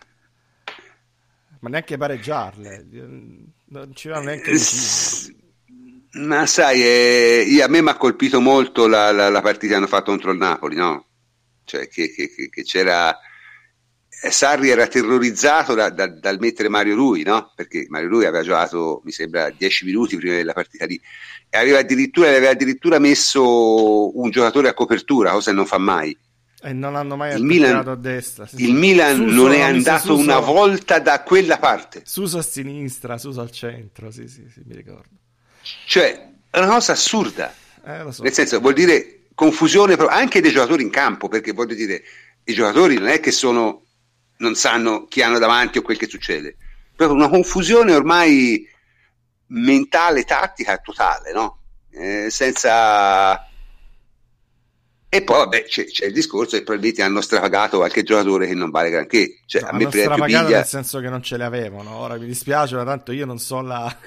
ma neanche pareggiarle, non ci va neanche vicino. Ma sai, a me mi ha colpito molto la partita che hanno fatto contro il Napoli, no? Cioè che c'era... Sarri era terrorizzato dal mettere Mario Rui, no? Perché Mario Rui aveva giocato, mi sembra, 10 minuti prima della partita lì, e aveva addirittura messo un giocatore a copertura, cosa che non fa mai. E non hanno mai attaccato a destra. Il Milan non è andato una volta da quella parte. Suso a sinistra, Suso al centro, sì, mi ricordo. Cioè, è una cosa assurda. Lo so. Nel senso, vuol dire confusione anche dei giocatori in campo, perché voglio dire, i giocatori non è che non sanno chi hanno davanti o quel che succede. Proprio una confusione ormai mentale, tattica totale, no? Senza... E poi vabbè c'è il discorso che probabilmente hanno strapagato qualche giocatore che non vale granché. Cioè, no, a me hanno strapagato nel senso che non ce le avevano. Ora mi dispiace, ma tanto io non so la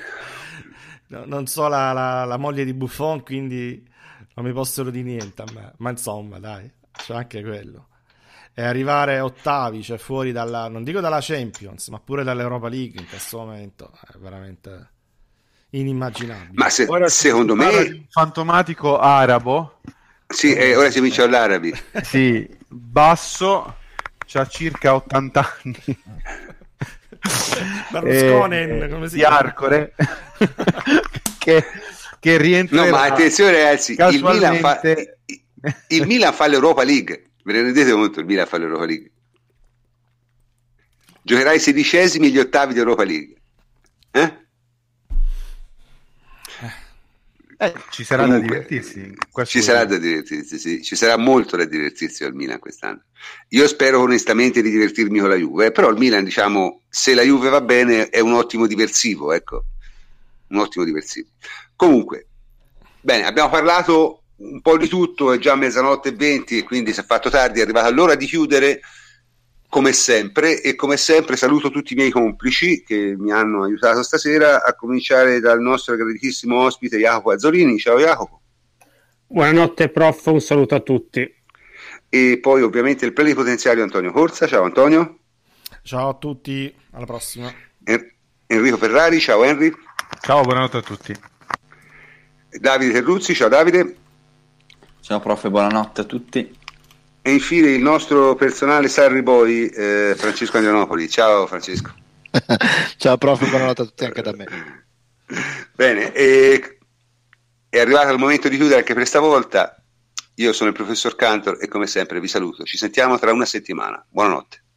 moglie di Buffon, quindi non mi possono dire niente a me. Ma insomma, dai, c'è anche quello. E arrivare ottavi, cioè fuori non dico dalla Champions, ma pure dall'Europa League in questo momento è veramente inimmaginabile. Ma secondo me un fantomatico arabo. Sì, ora si comincia l'arabi. Sì, basso, c'ha circa 80 anni. Berlusconi, come si di Arcore che rientra. No, ma attenzione ragazzi, il Milan fa l'Europa League. Ve ne rendete conto? Il Milan fa l'Europa League. Giocherà i 16esimi e gli ottavi di Europa League. Ci sarà da divertirsi. Ci sarà da divertirsi, sì. Ci sarà molto da divertirsi al Milan quest'anno. Io spero onestamente di divertirmi con la Juve, però il Milan, diciamo, se la Juve va bene è un ottimo diversivo, ecco. Un ottimo diversivo. Comunque, bene, abbiamo parlato un po' di tutto, è già 00:20 e quindi si è fatto tardi, è arrivata l'ora di chiudere come sempre, e come sempre saluto tutti i miei complici che mi hanno aiutato stasera, a cominciare dal nostro graditissimo ospite Jacopo Azzolini. Ciao Jacopo. Buonanotte prof, un saluto a tutti. E poi ovviamente il plenipotenziario Antonio Corsa. Ciao Antonio. Ciao a tutti, alla prossima. Enrico Ferrari. Ciao Henry. Ciao, buonanotte a tutti. Davide Terruzzi. Ciao Davide. Ciao prof, buonanotte a tutti. E infine il nostro personale Sarri Boy, Francesco Andrianopoli. Ciao Francesco. Ciao prof, buonanotte a tutti anche da me. Bene, è arrivato il momento di chiudere anche per stavolta. Io sono il professor Cantor e come sempre vi saluto. Ci sentiamo tra una settimana. Buonanotte.